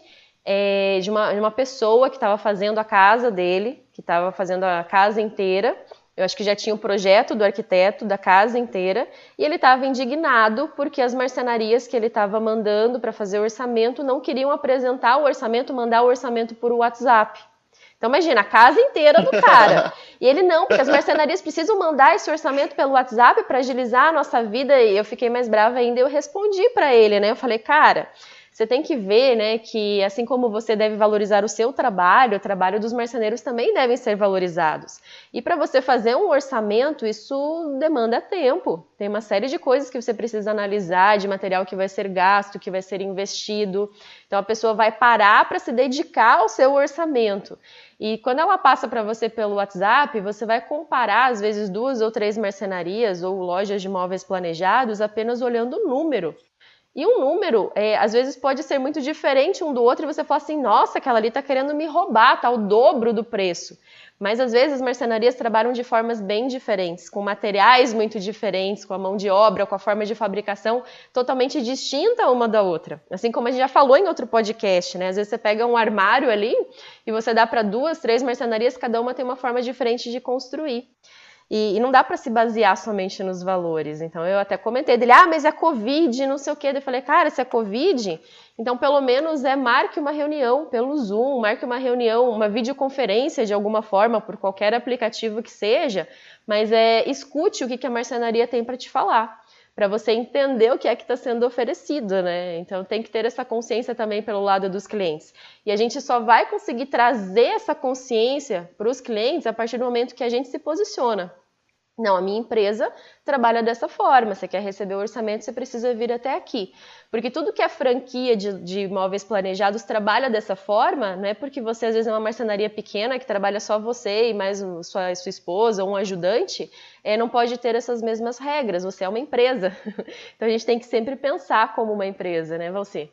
é, de, uma, de uma pessoa que estava fazendo a casa dele, que estava fazendo a casa inteira. Eu acho que já tinha o projeto do arquiteto da casa inteira e ele estava indignado porque as marcenarias que ele estava mandando para fazer o orçamento não queriam apresentar o orçamento, mandar o orçamento por WhatsApp. Então imagina, a casa inteira do cara. E ele não, porque as marcenarias precisam mandar esse orçamento pelo WhatsApp para agilizar a nossa vida. E eu fiquei mais brava ainda e eu respondi para ele, né? Eu falei, cara, você tem que ver, né, que assim como você deve valorizar o seu trabalho, o trabalho dos marceneiros também devem ser valorizados. E para você fazer um orçamento, isso demanda tempo. Tem uma série de coisas que você precisa analisar, de material que vai ser gasto, que vai ser investido. Então a pessoa vai parar para se dedicar ao seu orçamento. E quando ela passa para você pelo WhatsApp, você vai comparar, às vezes, duas ou três marcenarias ou lojas de móveis planejados apenas olhando o número. E um número, é, às vezes, pode ser muito diferente um do outro e você fala assim, nossa, aquela ali está querendo me roubar, tá o dobro do preço. Mas, às vezes, as marcenarias trabalham de formas bem diferentes, com materiais muito diferentes, com a mão de obra, com a forma de fabricação totalmente distinta uma da outra. Assim como a gente já falou em outro podcast, né? Às vezes você pega um armário ali e você dá para duas, três marcenarias, cada uma tem uma forma diferente de construir. E, e não dá para se basear somente nos valores. Então, eu até comentei dele, ah, mas é Covid, não sei o quê. Eu falei, cara, se é Covid, então pelo menos é marque uma reunião pelo Zoom, marque uma reunião, uma videoconferência de alguma forma, por qualquer aplicativo que seja, mas é, escute o que, que a marcenaria tem para te falar, para você entender o que é que está sendo oferecido, né? Então tem que ter essa consciência também pelo lado dos clientes. E a gente só vai conseguir trazer essa consciência para os clientes a partir do momento que a gente se posiciona. Não, a minha empresa trabalha dessa forma, você quer receber o orçamento, você precisa vir até aqui. Porque tudo que é franquia de, de imóveis planejados trabalha dessa forma, não é porque você às vezes é uma marcenaria pequena que trabalha só você e mais sua, sua esposa ou um ajudante, é, não pode ter essas mesmas regras, você é uma empresa. Então a gente tem que sempre pensar como uma empresa, né, Valci?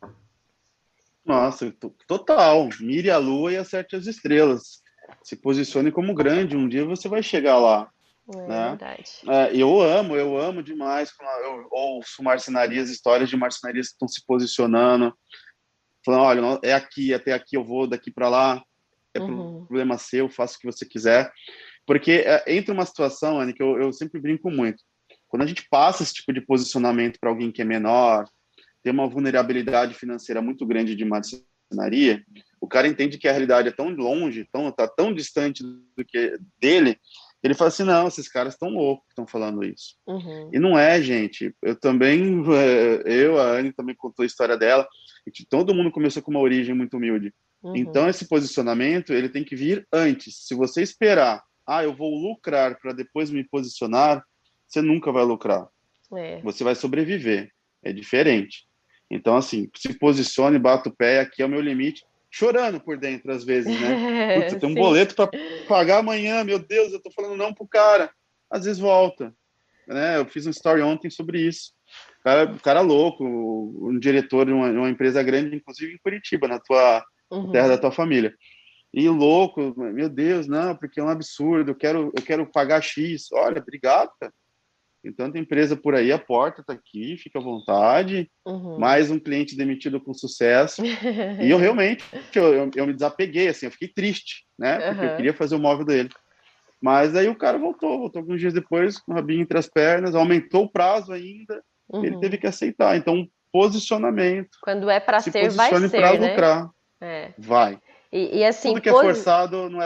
Nossa, total. Mire a lua e acerte as estrelas. Se posicione como grande, um dia você vai chegar lá. É Né? verdade. É, eu amo, eu amo demais quando eu ouço marcenarias, histórias de marcenarias que estão se posicionando, falando, olha, é aqui, até aqui eu vou, daqui para lá, é Uhum. problema seu, faça o que você quiser. Porque é, entra uma situação, Anne, que eu, eu sempre brinco muito. Quando a gente passa esse tipo de posicionamento para alguém que é menor, tem uma vulnerabilidade financeira muito grande de marcenaria, o cara entende que a realidade é tão longe, tão, tá tão distante do que dele, ele fala assim, não, esses caras estão loucos que estão falando isso. Uhum. E não é, gente. Eu também, eu, a Anne também contou a história dela, e que todo mundo começou com uma origem muito humilde. Uhum. Então, esse posicionamento, ele tem que vir antes. Se você esperar, ah, eu vou lucrar para depois me posicionar, você nunca vai lucrar. É. Você vai sobreviver. É diferente. Então, assim, se posicione, bata o pé, aqui é o meu limite, chorando por dentro, às vezes, né? Putz, eu tenho um boleto para pagar amanhã, meu Deus, eu tô falando não pro cara. Às vezes volta, né? Eu fiz um story ontem sobre isso. O cara, o cara louco, um diretor de uma, de uma empresa grande, inclusive em Curitiba, na tua Uhum. terra da tua família. E louco, meu Deus, não, porque é um absurdo, eu quero, eu quero pagar X. Olha, obrigado, cara. Tem tanta empresa por aí, a porta está aqui, fica à vontade. Uhum. Mais um cliente demitido com sucesso. E eu realmente, eu, eu, eu me desapeguei, assim, eu fiquei triste, né? Porque uhum. eu queria fazer o móvel dele. Mas aí o cara voltou, voltou alguns dias depois, com o rabinho entre as pernas, aumentou o prazo ainda, uhum. ele teve que aceitar. Então, posicionamento. Quando é para se ser, vai ser, para né? lucrar. É. Vai. E, e assim, tudo que é forçado não é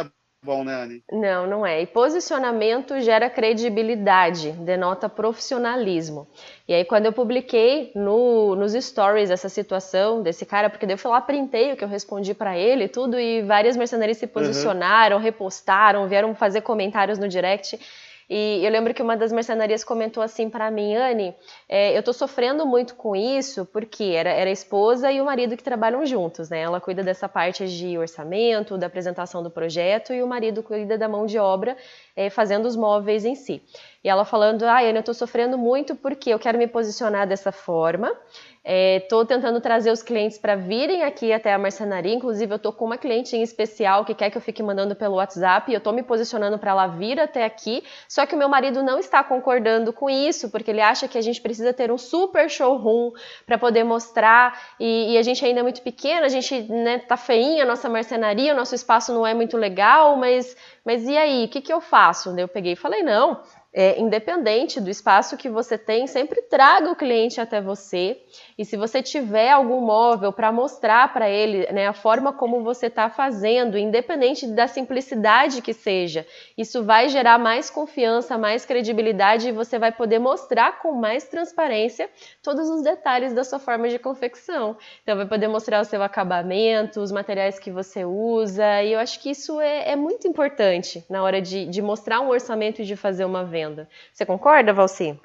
bom, né, Anny? Não, não é. E posicionamento gera credibilidade, denota profissionalismo. E aí, quando eu publiquei no, nos stories essa situação desse cara, porque daí eu fui lá, printei o que eu respondi para ele e tudo, e várias mercenarias se posicionaram, uhum. repostaram, vieram fazer comentários no direct. E eu lembro que uma das mercenarias comentou assim para mim, Anny, é, eu tô sofrendo muito com isso, porque era, era a esposa e o marido que trabalham juntos, né? Ela cuida dessa parte de orçamento, da apresentação do projeto, e o marido cuida da mão de obra, é, fazendo os móveis em si. E ela falando, ah, Anny, eu tô sofrendo muito porque eu quero me posicionar dessa forma, estou é, tentando trazer os clientes para virem aqui até a marcenaria, inclusive eu estou com uma cliente em especial que quer que eu fique mandando pelo WhatsApp, e eu estou me posicionando para ela vir até aqui, só que o meu marido não está concordando com isso, porque ele acha que a gente precisa ter um super showroom para poder mostrar, e, e a gente ainda é muito pequena, a gente, né, tá feinha a nossa marcenaria, o nosso espaço não é muito legal, mas, mas e aí, o que, que eu faço? Eu peguei e falei, não, É, independente do espaço que você tem, sempre traga o cliente até você, e se você tiver algum móvel para mostrar para ele, né, a forma como você está fazendo, independente da simplicidade que seja, isso vai gerar mais confiança, mais credibilidade, e você vai poder mostrar com mais transparência todos os detalhes da sua forma de confecção. Então vai poder mostrar o seu acabamento, os materiais que você usa, e eu acho que isso é, é muito importante na hora de, de mostrar um orçamento e de fazer uma venda. Você concorda, Valci?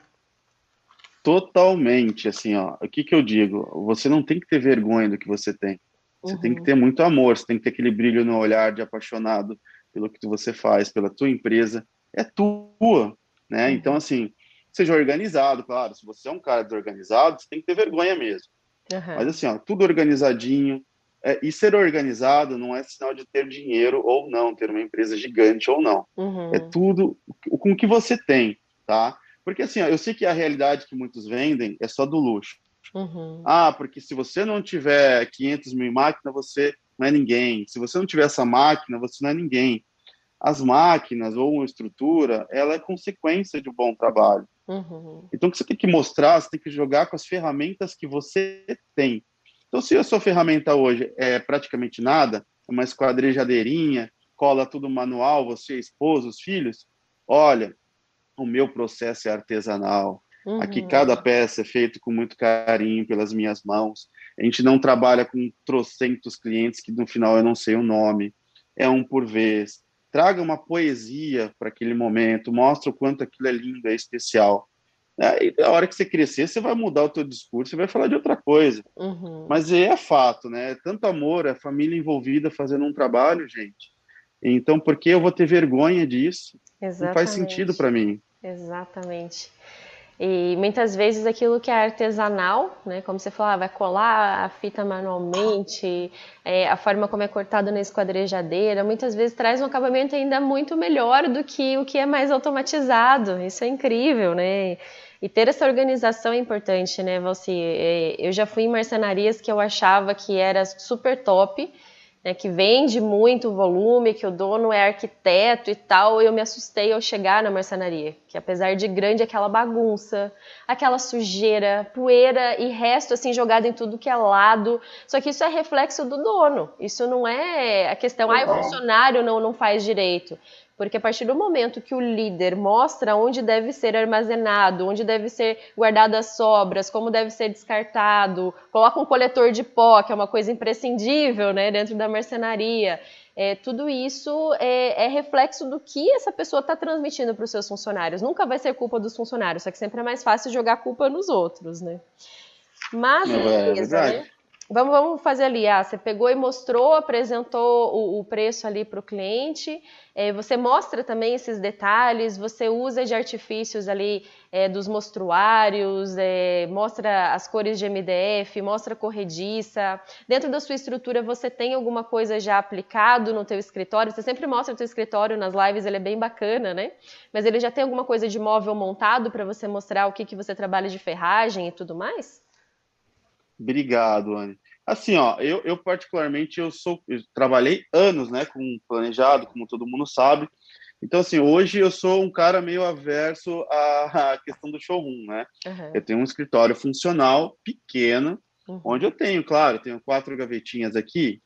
Totalmente, assim, ó, o que que eu digo? Você não tem que ter vergonha do que você tem. Você Uhum. tem que ter muito amor, você tem que ter aquele brilho no olhar de apaixonado pelo que você faz, pela tua empresa. É tua, né? Uhum. Então, assim, seja organizado, claro. Se você é um cara desorganizado, você tem que ter vergonha mesmo. Uhum. Mas, assim, ó, tudo organizadinho. É, e ser organizado não é sinal de ter dinheiro ou não, ter uma empresa gigante ou não. Uhum. É tudo com o que você tem, tá? Porque, assim, ó, eu sei que a realidade que muitos vendem é só do luxo. Uhum. Ah, porque se você não tiver quinhentos mil em máquina, você não é ninguém. Se você não tiver essa máquina, você não é ninguém. As máquinas ou uma estrutura, ela é consequência de um bom trabalho. Uhum. Então, o que você tem que mostrar, você tem que jogar com as ferramentas que você tem. Então, se a sua ferramenta hoje é praticamente nada, é uma esquadrejadeirinha, cola tudo manual, você, a esposa, os filhos, olha, o meu processo é artesanal. Uhum. Aqui cada peça é feita com muito carinho pelas minhas mãos. A gente não trabalha com trocentos clientes que no final eu não sei o nome. É um por vez. Traga uma poesia para aquele momento, mostra o quanto aquilo é lindo, é especial. Aí, a hora que você crescer, você vai mudar o teu discurso, você vai falar de outra coisa. Uhum. Mas é fato, né? É tanto amor, a família envolvida fazendo um trabalho, gente. Então, por que eu vou ter vergonha disso? Exatamente. Não faz sentido para mim. Exatamente. E muitas vezes aquilo que é artesanal, né, como você falou, ah, vai colar a fita manualmente, é, a forma como é cortado na esquadrejadeira, muitas vezes traz um acabamento ainda muito melhor do que o que é mais automatizado. Isso é incrível, né? E ter essa organização é importante, né, Valci? Eu já fui em marcenarias que eu achava que era super top, né, que vende muito volume, que o dono é arquiteto e tal, eu me assustei ao chegar na marcenaria, que apesar de grande, aquela bagunça, aquela sujeira, poeira e resto assim jogado em tudo que é lado, só que isso é reflexo do dono, isso não é a questão, ah, o funcionário não, não faz direito. Porque a partir do momento que o líder mostra onde deve ser armazenado, onde deve ser guardado as sobras, como deve ser descartado, coloca um coletor de pó, que é uma coisa imprescindível, né, dentro da marcenaria. É, tudo isso é, é reflexo do que essa pessoa está transmitindo para os seus funcionários. Nunca vai ser culpa dos funcionários, só que sempre é mais fácil jogar a culpa nos outros, né? Mas Não, beleza, é verdade. né? Vamos, vamos fazer ali, ah, você pegou e mostrou, apresentou o, o preço ali para o cliente, é, você mostra também esses detalhes, você usa de artifícios ali é, dos mostruários, é, mostra as cores de M D F, mostra corrediça. Dentro da sua estrutura você tem alguma coisa já aplicado no teu escritório? Você sempre mostra o teu escritório nas lives, ele é bem bacana, né? Mas ele já tem alguma coisa de móvel montado para você mostrar o que, que você trabalha de ferragem e tudo mais? Obrigado, Anny. Assim, ó, eu, eu particularmente, eu sou, eu trabalhei anos, né, com planejado, como todo mundo sabe. Então, assim, hoje eu sou um cara meio averso à, à questão do showroom, né? Uhum. Eu tenho um escritório funcional, pequeno, Uhum. onde eu tenho, claro, eu tenho quatro gavetinhas aqui,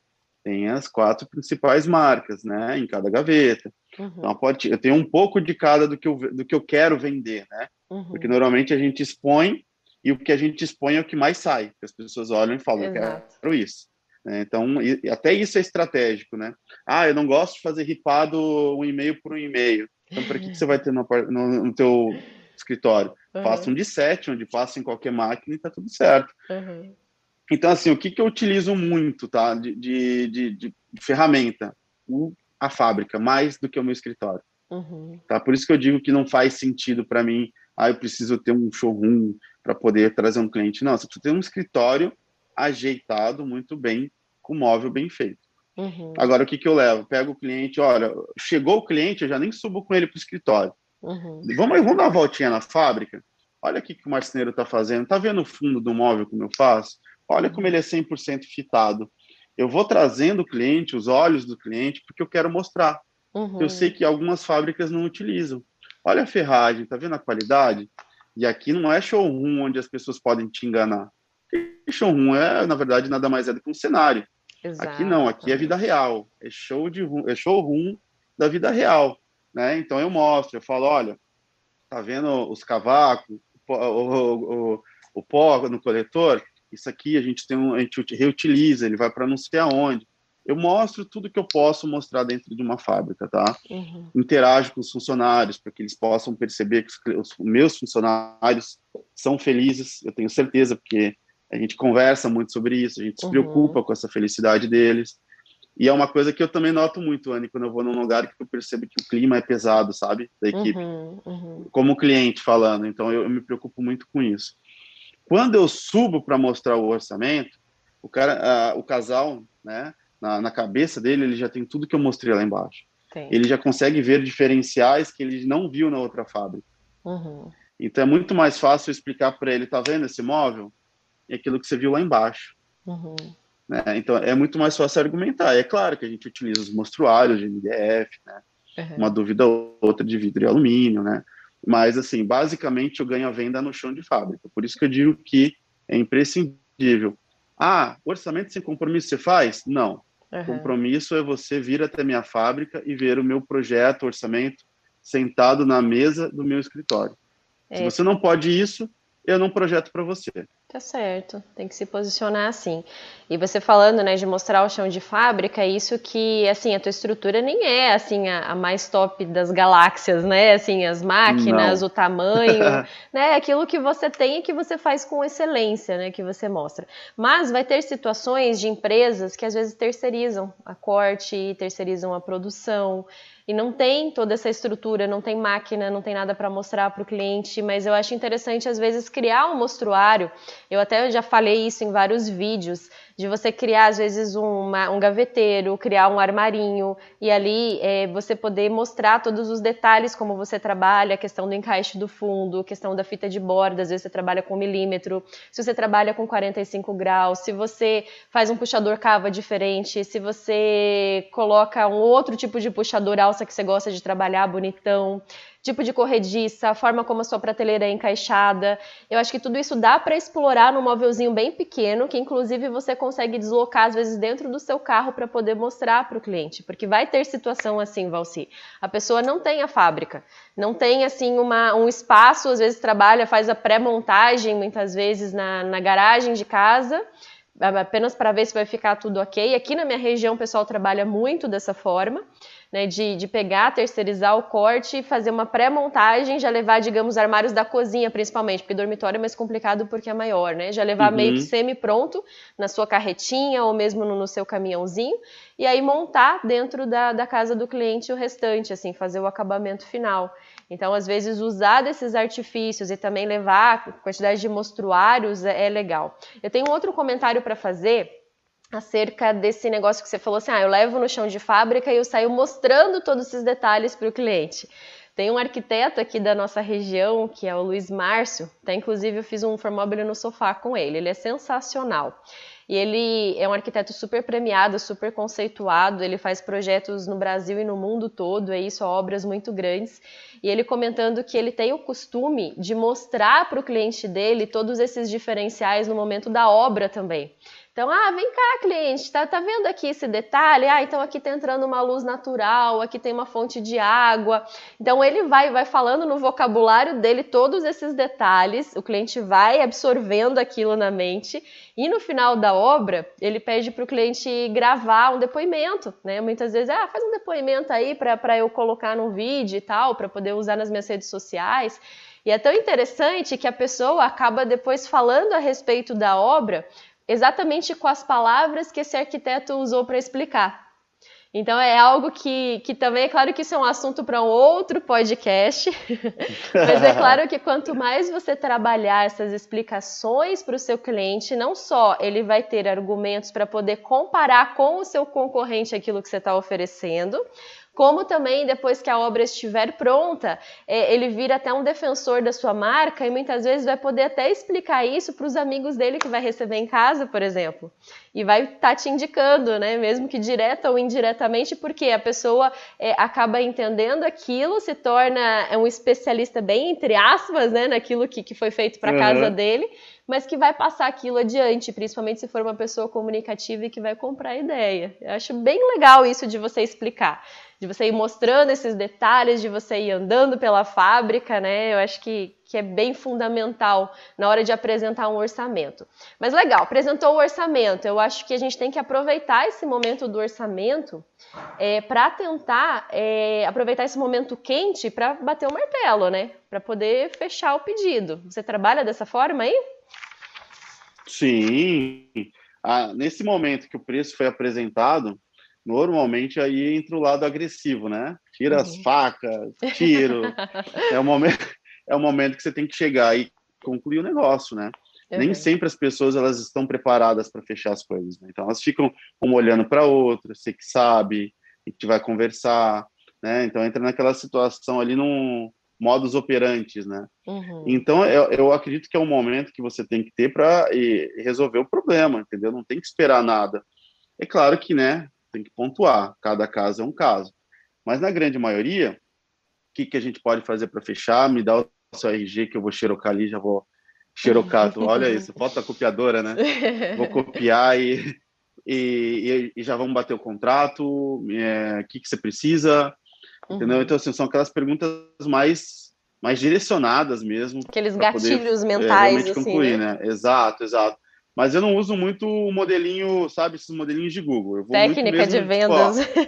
tem as quatro principais marcas, né, em cada gaveta. Uhum. Então, pode, eu tenho um pouco de cada do que eu, do que eu quero vender, né? Uhum. Porque normalmente a gente expõe e o que a gente expõe é o que mais sai. As pessoas olham e falam, Exato. eu quero isso. Né? Então, e, até isso é estratégico, né? Ah, eu não gosto de fazer ripado um e-mail por um e-mail. Então, para que, que você vai ter no, no, no teu escritório? Uhum. Faça um de sete, onde passa em qualquer máquina e está tudo certo. Uhum. Então, assim, o que, que eu utilizo muito, tá? De, de, de, de ferramenta? O, a fábrica, mais do que o meu escritório. Uhum. Tá? Por isso que eu digo que não faz sentido para mim, ah, eu preciso ter um showroom para poder trazer um cliente. Não, você precisa ter um escritório ajeitado muito bem, com móvel bem feito. Uhum. Agora, o que, que eu levo? Pego o cliente, olha, chegou o cliente, eu já nem subo com ele para o escritório. Uhum. Vamos, vamos dar uma voltinha na fábrica? Olha o que, que o marceneiro está fazendo. Está vendo o fundo do móvel como eu faço? Olha como ele é cem por cento fitado. Eu vou trazendo o cliente, os olhos do cliente, porque eu quero mostrar. Uhum. Eu sei que algumas fábricas não utilizam. Olha a ferragem, tá vendo a qualidade? E aqui não é showroom onde as pessoas podem te enganar. E showroom é, na verdade, nada mais é do que um cenário. Exato. Aqui não, aqui é vida real. É show de é showroom da vida real, né? Então eu mostro, eu falo, olha, tá vendo os cavacos, o, o, o, o pó no coletor? Isso aqui a gente tem um, a gente reutiliza, ele vai para não sei aonde. Eu mostro tudo que eu posso mostrar dentro de uma fábrica, tá? Uhum. Interajo com os funcionários para que eles possam perceber que os, os meus funcionários são felizes, eu tenho certeza, porque a gente conversa muito sobre isso, a gente se Uhum. preocupa com essa felicidade deles. E é uma coisa que eu também noto muito, Anny, quando eu vou num lugar que eu percebo que o clima é pesado, sabe? Da equipe. Uhum. Uhum. Como cliente falando, então eu, eu me preocupo muito com isso. Quando eu subo para mostrar o orçamento, o cara, uh, o casal, né, na, na cabeça dele, ele já tem tudo que eu mostrei lá embaixo. Tem. Ele já consegue ver diferenciais que ele não viu na outra fábrica. Uhum. Então é muito mais fácil explicar para ele, tá vendo esse móvel? É aquilo que você viu lá embaixo. Uhum. Né? Então é muito mais fácil argumentar. É claro que a gente utiliza os mostruários de M D F, né? Uhum. Uma dúvida ou outra de vidro e alumínio, né? Mas, assim, basicamente eu ganho a venda no chão de fábrica. Por isso que eu digo que é imprescindível. Ah, orçamento sem compromisso você faz? Não. Uhum. Compromisso é você vir até minha fábrica e ver o meu projeto, orçamento, sentado na mesa do meu escritório. É. Se você não pode isso, eu não projeto para você. Tá certo, tem que se posicionar assim. E você falando, né, de mostrar o chão de fábrica, isso que, assim, a tua estrutura nem é, assim, a, a mais top das galáxias, né, assim, as máquinas, Não. o tamanho, né, aquilo que você tem e que você faz com excelência, né, que você mostra. Mas vai ter situações de empresas que às vezes terceirizam a corte, terceirizam a produção, e não tem toda essa estrutura, não tem máquina, não tem nada para mostrar para o cliente, mas eu acho interessante, às vezes, criar um mostruário. Eu até já falei isso em vários vídeos, de você criar, às vezes, uma, um gaveteiro, criar um armarinho, e ali é, você poder mostrar todos os detalhes, como você trabalha, a questão do encaixe do fundo, a questão da fita de borda, às vezes você trabalha com milímetro, se você trabalha com quarenta e cinco graus, se você faz um puxador cava diferente, se você coloca um outro tipo de puxador alça que você gosta de trabalhar, bonitão, tipo de corrediça, a forma como a sua prateleira é encaixada. Eu acho que tudo isso dá para explorar num móvelzinho bem pequeno, que inclusive você consegue deslocar às vezes dentro do seu carro para poder mostrar para o cliente, porque vai ter situação assim, Valci. A pessoa não tem a fábrica, não tem assim uma, um espaço, às vezes trabalha, faz a pré-montagem muitas vezes na, na garagem de casa, apenas para ver se vai ficar tudo ok. Aqui na minha região o pessoal trabalha muito dessa forma, né, de, de pegar, terceirizar o corte, fazer uma pré-montagem, já levar, digamos, armários da cozinha principalmente, porque dormitório é mais complicado porque é maior, né? Já levar Uhum. meio que semi-pronto na sua carretinha ou mesmo no, no seu caminhãozinho, e aí montar dentro da, da casa do cliente o restante, assim, fazer o acabamento final. Então, às vezes, usar desses artifícios e também levar a quantidade de mostruários é, é legal. Eu tenho outro comentário para fazer acerca desse negócio que você falou assim, ah, eu levo no chão de fábrica e eu saio mostrando todos esses detalhes para o cliente. Tem um arquiteto aqui da nossa região, que é o Luiz Márcio, até inclusive eu fiz um formóvel no sofá com ele, ele é sensacional. E ele é um arquiteto super premiado, super conceituado, ele faz projetos no Brasil e no mundo todo, é isso, obras muito grandes. E ele comentando que ele tem o costume de mostrar para o cliente dele todos esses diferenciais no momento da obra também. Então, ah, vem cá, cliente, tá, tá vendo aqui esse detalhe? Ah, então aqui tá entrando uma luz natural, aqui tem uma fonte de água. Então, ele vai, vai falando no vocabulário dele todos esses detalhes, o cliente vai absorvendo aquilo na mente e no final da obra, ele pede para o cliente gravar um depoimento, né? Muitas vezes, ah, faz um depoimento aí para eu colocar num vídeo e tal, para poder usar nas minhas redes sociais. E é tão interessante que a pessoa acaba depois falando a respeito da obra exatamente com as palavras que esse arquiteto usou para explicar. Então é algo que, que também, é claro que isso é um assunto para um outro podcast, mas é claro que quanto mais você trabalhar essas explicações para o seu cliente, não só ele vai ter argumentos para poder comparar com o seu concorrente aquilo que você está oferecendo, como também, depois que a obra estiver pronta, é, ele vira até um defensor da sua marca e muitas vezes vai poder até explicar isso para os amigos dele que vai receber em casa, por exemplo. E vai estar tá te indicando, né? Mesmo que direta ou indiretamente, porque a pessoa é, acaba entendendo aquilo, se torna um especialista bem, entre aspas, né? Naquilo que, que foi feito para a uhum. casa dele, mas que vai passar aquilo adiante, principalmente se for uma pessoa comunicativa e que vai comprar a ideia. Eu acho bem legal isso de você explicar, de você ir mostrando esses detalhes, de você ir andando pela fábrica, né? Eu acho que, que é bem fundamental na hora de apresentar um orçamento. Mas legal, apresentou o orçamento, eu acho que a gente tem que aproveitar esse momento do orçamento é, para tentar é, aproveitar esse momento quente para bater o martelo, né? Para poder fechar o pedido. Você trabalha dessa forma aí? Sim. Ah, nesse momento que o preço foi apresentado, normalmente aí entra o lado agressivo, né? Tira uhum. as facas, tiro. é, o momento, é o momento que você tem que chegar e concluir o negócio, né? Uhum. Nem sempre as pessoas elas estão preparadas para fechar as coisas, né? Então elas ficam uma olhando para a outra, você que sabe, a gente vai conversar, né? Então entra naquela situação ali num modus operantes, né? Uhum. Então eu, eu acredito que é um momento que você tem que ter para resolver o problema, entendeu? Não tem que esperar nada. É claro que, né? Tem que pontuar, cada caso é um caso. Mas na grande maioria, o que, que a gente pode fazer para fechar? Me dá o seu R G que eu vou xerocar ali, já vou xerocar. Olha isso, fotocopiadora, né? Vou copiar e, e, e já vamos bater o contrato. É, o que, que você precisa? Entendeu? Uhum. Então, assim, são aquelas perguntas mais, mais direcionadas mesmo. Aqueles gatilhos poder, mentais, é, realmente assim, concluir, né? né? Exato, exato. Mas eu não uso muito o modelinho, sabe, esses modelinhos de Google. Eu vou Técnica muito mesmo, de vendas. Tipo,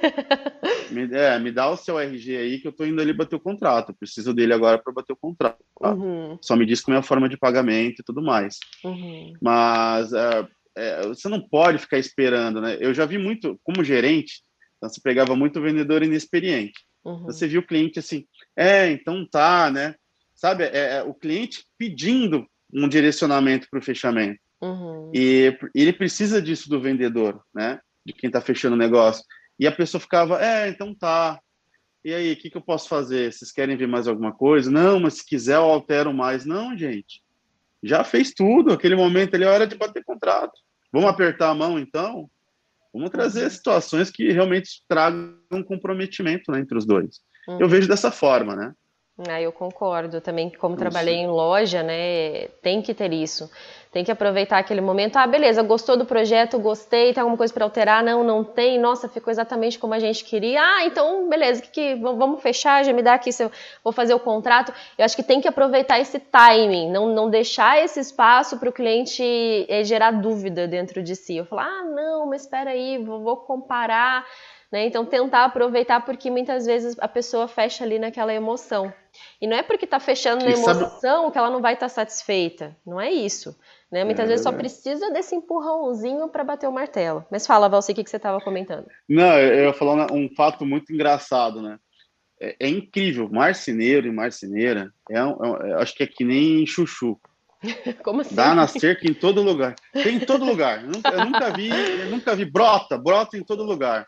ó, me, é, me dá o seu R G aí que eu tô indo ali bater o contrato. Eu preciso dele agora para bater o contrato. Uhum. Só me diz como é a forma de pagamento e tudo mais. Uhum. Mas é, é, você não pode ficar esperando, né? Eu já vi muito, como gerente, então você pegava muito vendedor inexperiente. Uhum. Você viu o cliente assim, é, então tá, né? Sabe, é, é o cliente pedindo um direcionamento para o fechamento. Uhum. E ele precisa disso do vendedor, né? De quem está fechando o negócio. E a pessoa ficava, é, então tá. E aí, o que, que eu posso fazer? Vocês querem ver mais alguma coisa? Não, mas se quiser eu altero mais. Não, gente. Já fez tudo. Aquele momento ali é hora de bater contrato. Vamos apertar a mão, então? Vamos trazer uhum. situações que realmente tragam um comprometimento, né, entre os dois. Uhum. Eu vejo dessa forma, né? Ah, eu concordo também, como Isso. trabalhei em loja, né, tem que ter isso. Tem que aproveitar aquele momento. Ah, beleza, gostou do projeto, gostei, tem alguma coisa para alterar? Não, não tem. Nossa, ficou exatamente como a gente queria. Ah, então, beleza, que, que, vamos fechar, já me dá aqui, se eu vou fazer o contrato. Eu acho que tem que aproveitar esse timing, não, não deixar esse espaço para o cliente é, gerar dúvida dentro de si. Eu falar, ah, não, mas espera aí, vou, vou comparar. Né? Então, tentar aproveitar, porque muitas vezes a pessoa fecha ali naquela emoção. E não é porque está fechando na emoção sabe... que ela não vai estar tá satisfeita. Não é isso. Né? Muitas é, vezes só precisa desse empurrãozinho para bater o martelo. Mas fala, Valci, o que, que você estava comentando? Não, eu ia falar um fato muito engraçado, né? É, é incrível. Marceneiro e marceneira, é, um, é, acho que é que nem chuchu. Como assim? Dá na cerca em todo lugar. Tem em todo lugar. Eu nunca, eu nunca vi, eu nunca vi. Brota, brota em todo lugar.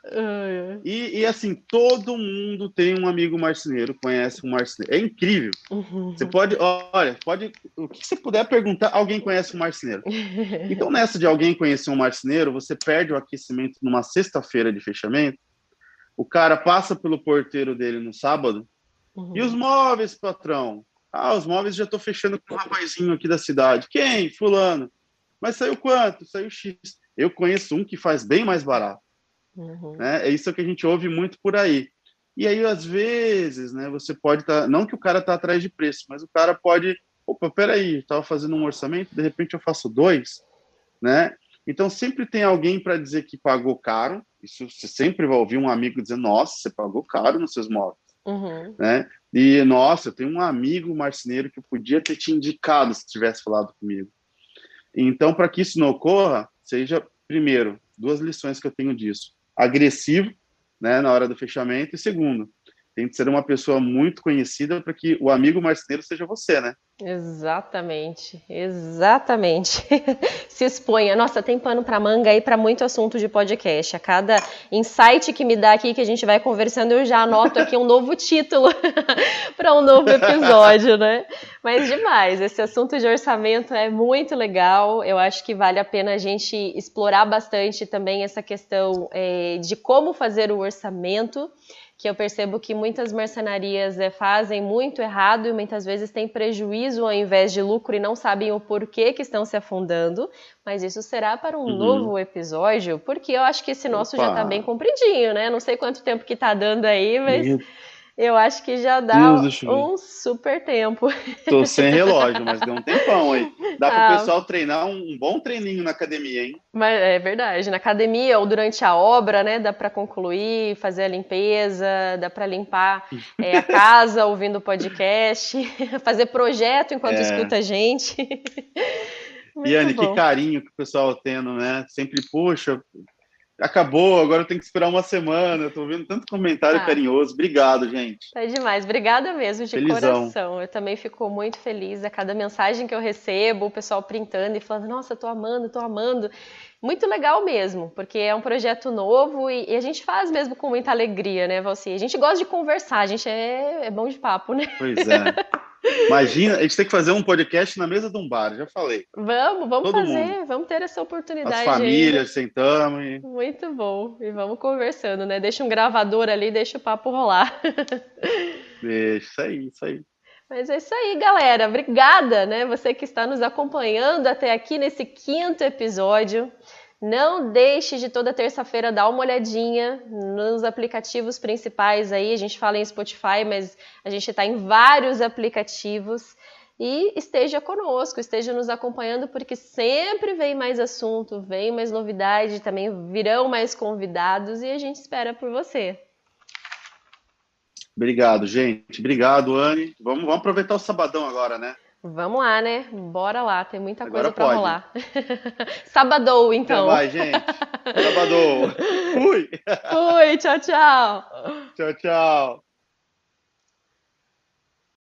E, e assim, todo mundo tem um amigo marceneiro, conhece um marceneiro. É incrível. Uhum. Você pode, olha, pode, o que você puder perguntar, alguém conhece um marceneiro. Então, nessa de alguém conhecer um marceneiro, você perde o aquecimento numa sexta-feira de fechamento. O cara passa pelo porteiro dele no sábado. Uhum. E os móveis, patrão? Ah, os móveis já estou fechando com um rapazinho aqui da cidade. Quem? Fulano. Mas saiu quanto? Saiu X. Eu conheço um que faz bem mais barato. Uhum. Né? É isso que a gente ouve muito por aí. E aí, às vezes, né, você pode estar... Tá, não que o cara está atrás de preço, mas o cara pode... Opa, peraí, estava fazendo um orçamento, de repente eu faço dois, né? Então, sempre tem alguém para dizer que pagou caro. Isso você sempre vai ouvir um amigo dizendo, nossa, você pagou caro nos seus móveis. Uhum. Né? E, nossa, eu tenho um amigo marceneiro que eu podia ter te indicado se tivesse falado comigo. Então, para que isso não ocorra, seja, primeiro, duas lições que eu tenho disso. Agressivo, né, na hora do fechamento. E segundo, tem que ser uma pessoa muito conhecida para que o amigo marceneiro seja você, né? Exatamente, exatamente. Se exponha. Nossa, tem pano para manga aí para muito assunto de podcast. A cada insight que me dá aqui, que a gente vai conversando, eu já anoto aqui um novo título para um novo episódio, né? Mas demais, esse assunto de orçamento é muito legal. Eu acho que vale a pena a gente explorar bastante também essa questão é, de como fazer o orçamento, que eu percebo que muitas marcenarias é, fazem muito errado e muitas vezes têm prejuízo ao invés de lucro e não sabem o porquê que estão se afundando, mas isso será para um uhum. novo episódio, porque eu acho que esse nosso Opa. já está bem compridinho, né? Não sei quanto tempo que está dando aí, mas Meu... eu acho que já dá Deus, um super tempo. Tô sem relógio, mas deu um tempão aí. Dá para o ah. pessoal treinar um bom treininho na academia, hein? Mas é verdade, na academia ou durante a obra, né, dá para concluir, fazer a limpeza, dá para limpar é, a casa ouvindo o podcast, fazer projeto enquanto é. escuta a gente. Iane, que carinho que o pessoal tendo, né? Sempre, poxa, acabou, agora eu tenho que esperar uma semana. Eu tô vendo tanto comentário ah. carinhoso. Obrigado, gente. É demais. Obrigada mesmo, de Felizão. coração. Eu também fico muito feliz a cada mensagem que eu recebo, o pessoal printando e falando, nossa, tô amando, tô amando. Muito legal mesmo, porque é um projeto novo e, e a gente faz mesmo com muita alegria, né, Valci? A gente gosta de conversar, a gente é, é bom de papo, né? Pois é. Imagina, a gente tem que fazer um podcast na mesa de um bar, já falei. Vamos, vamos Todo fazer, mundo. vamos ter essa oportunidade. As famílias, aí. Sentamos. E... Muito bom, e vamos conversando, né? Deixa um gravador ali, deixa o papo rolar. Deixa, isso aí, isso aí. Mas é isso aí, galera. Obrigada, né? Você que está nos acompanhando até aqui nesse quinto episódio. Não deixe de toda terça-feira dar uma olhadinha nos aplicativos principais aí. A gente fala em Spotify, mas a gente está em vários aplicativos. E esteja conosco, esteja nos acompanhando, porque sempre vem mais assunto, vem mais novidade, também virão mais convidados e a gente espera por você. Obrigado, gente. Obrigado, Anne. Vamos, vamos aproveitar o sabadão agora, né? Vamos lá, né? Bora lá, tem muita Agora coisa pra pode. rolar. Sabadou, então. Até mais, gente. Sabadou. Fui. Fui, tchau, tchau. Tchau, tchau.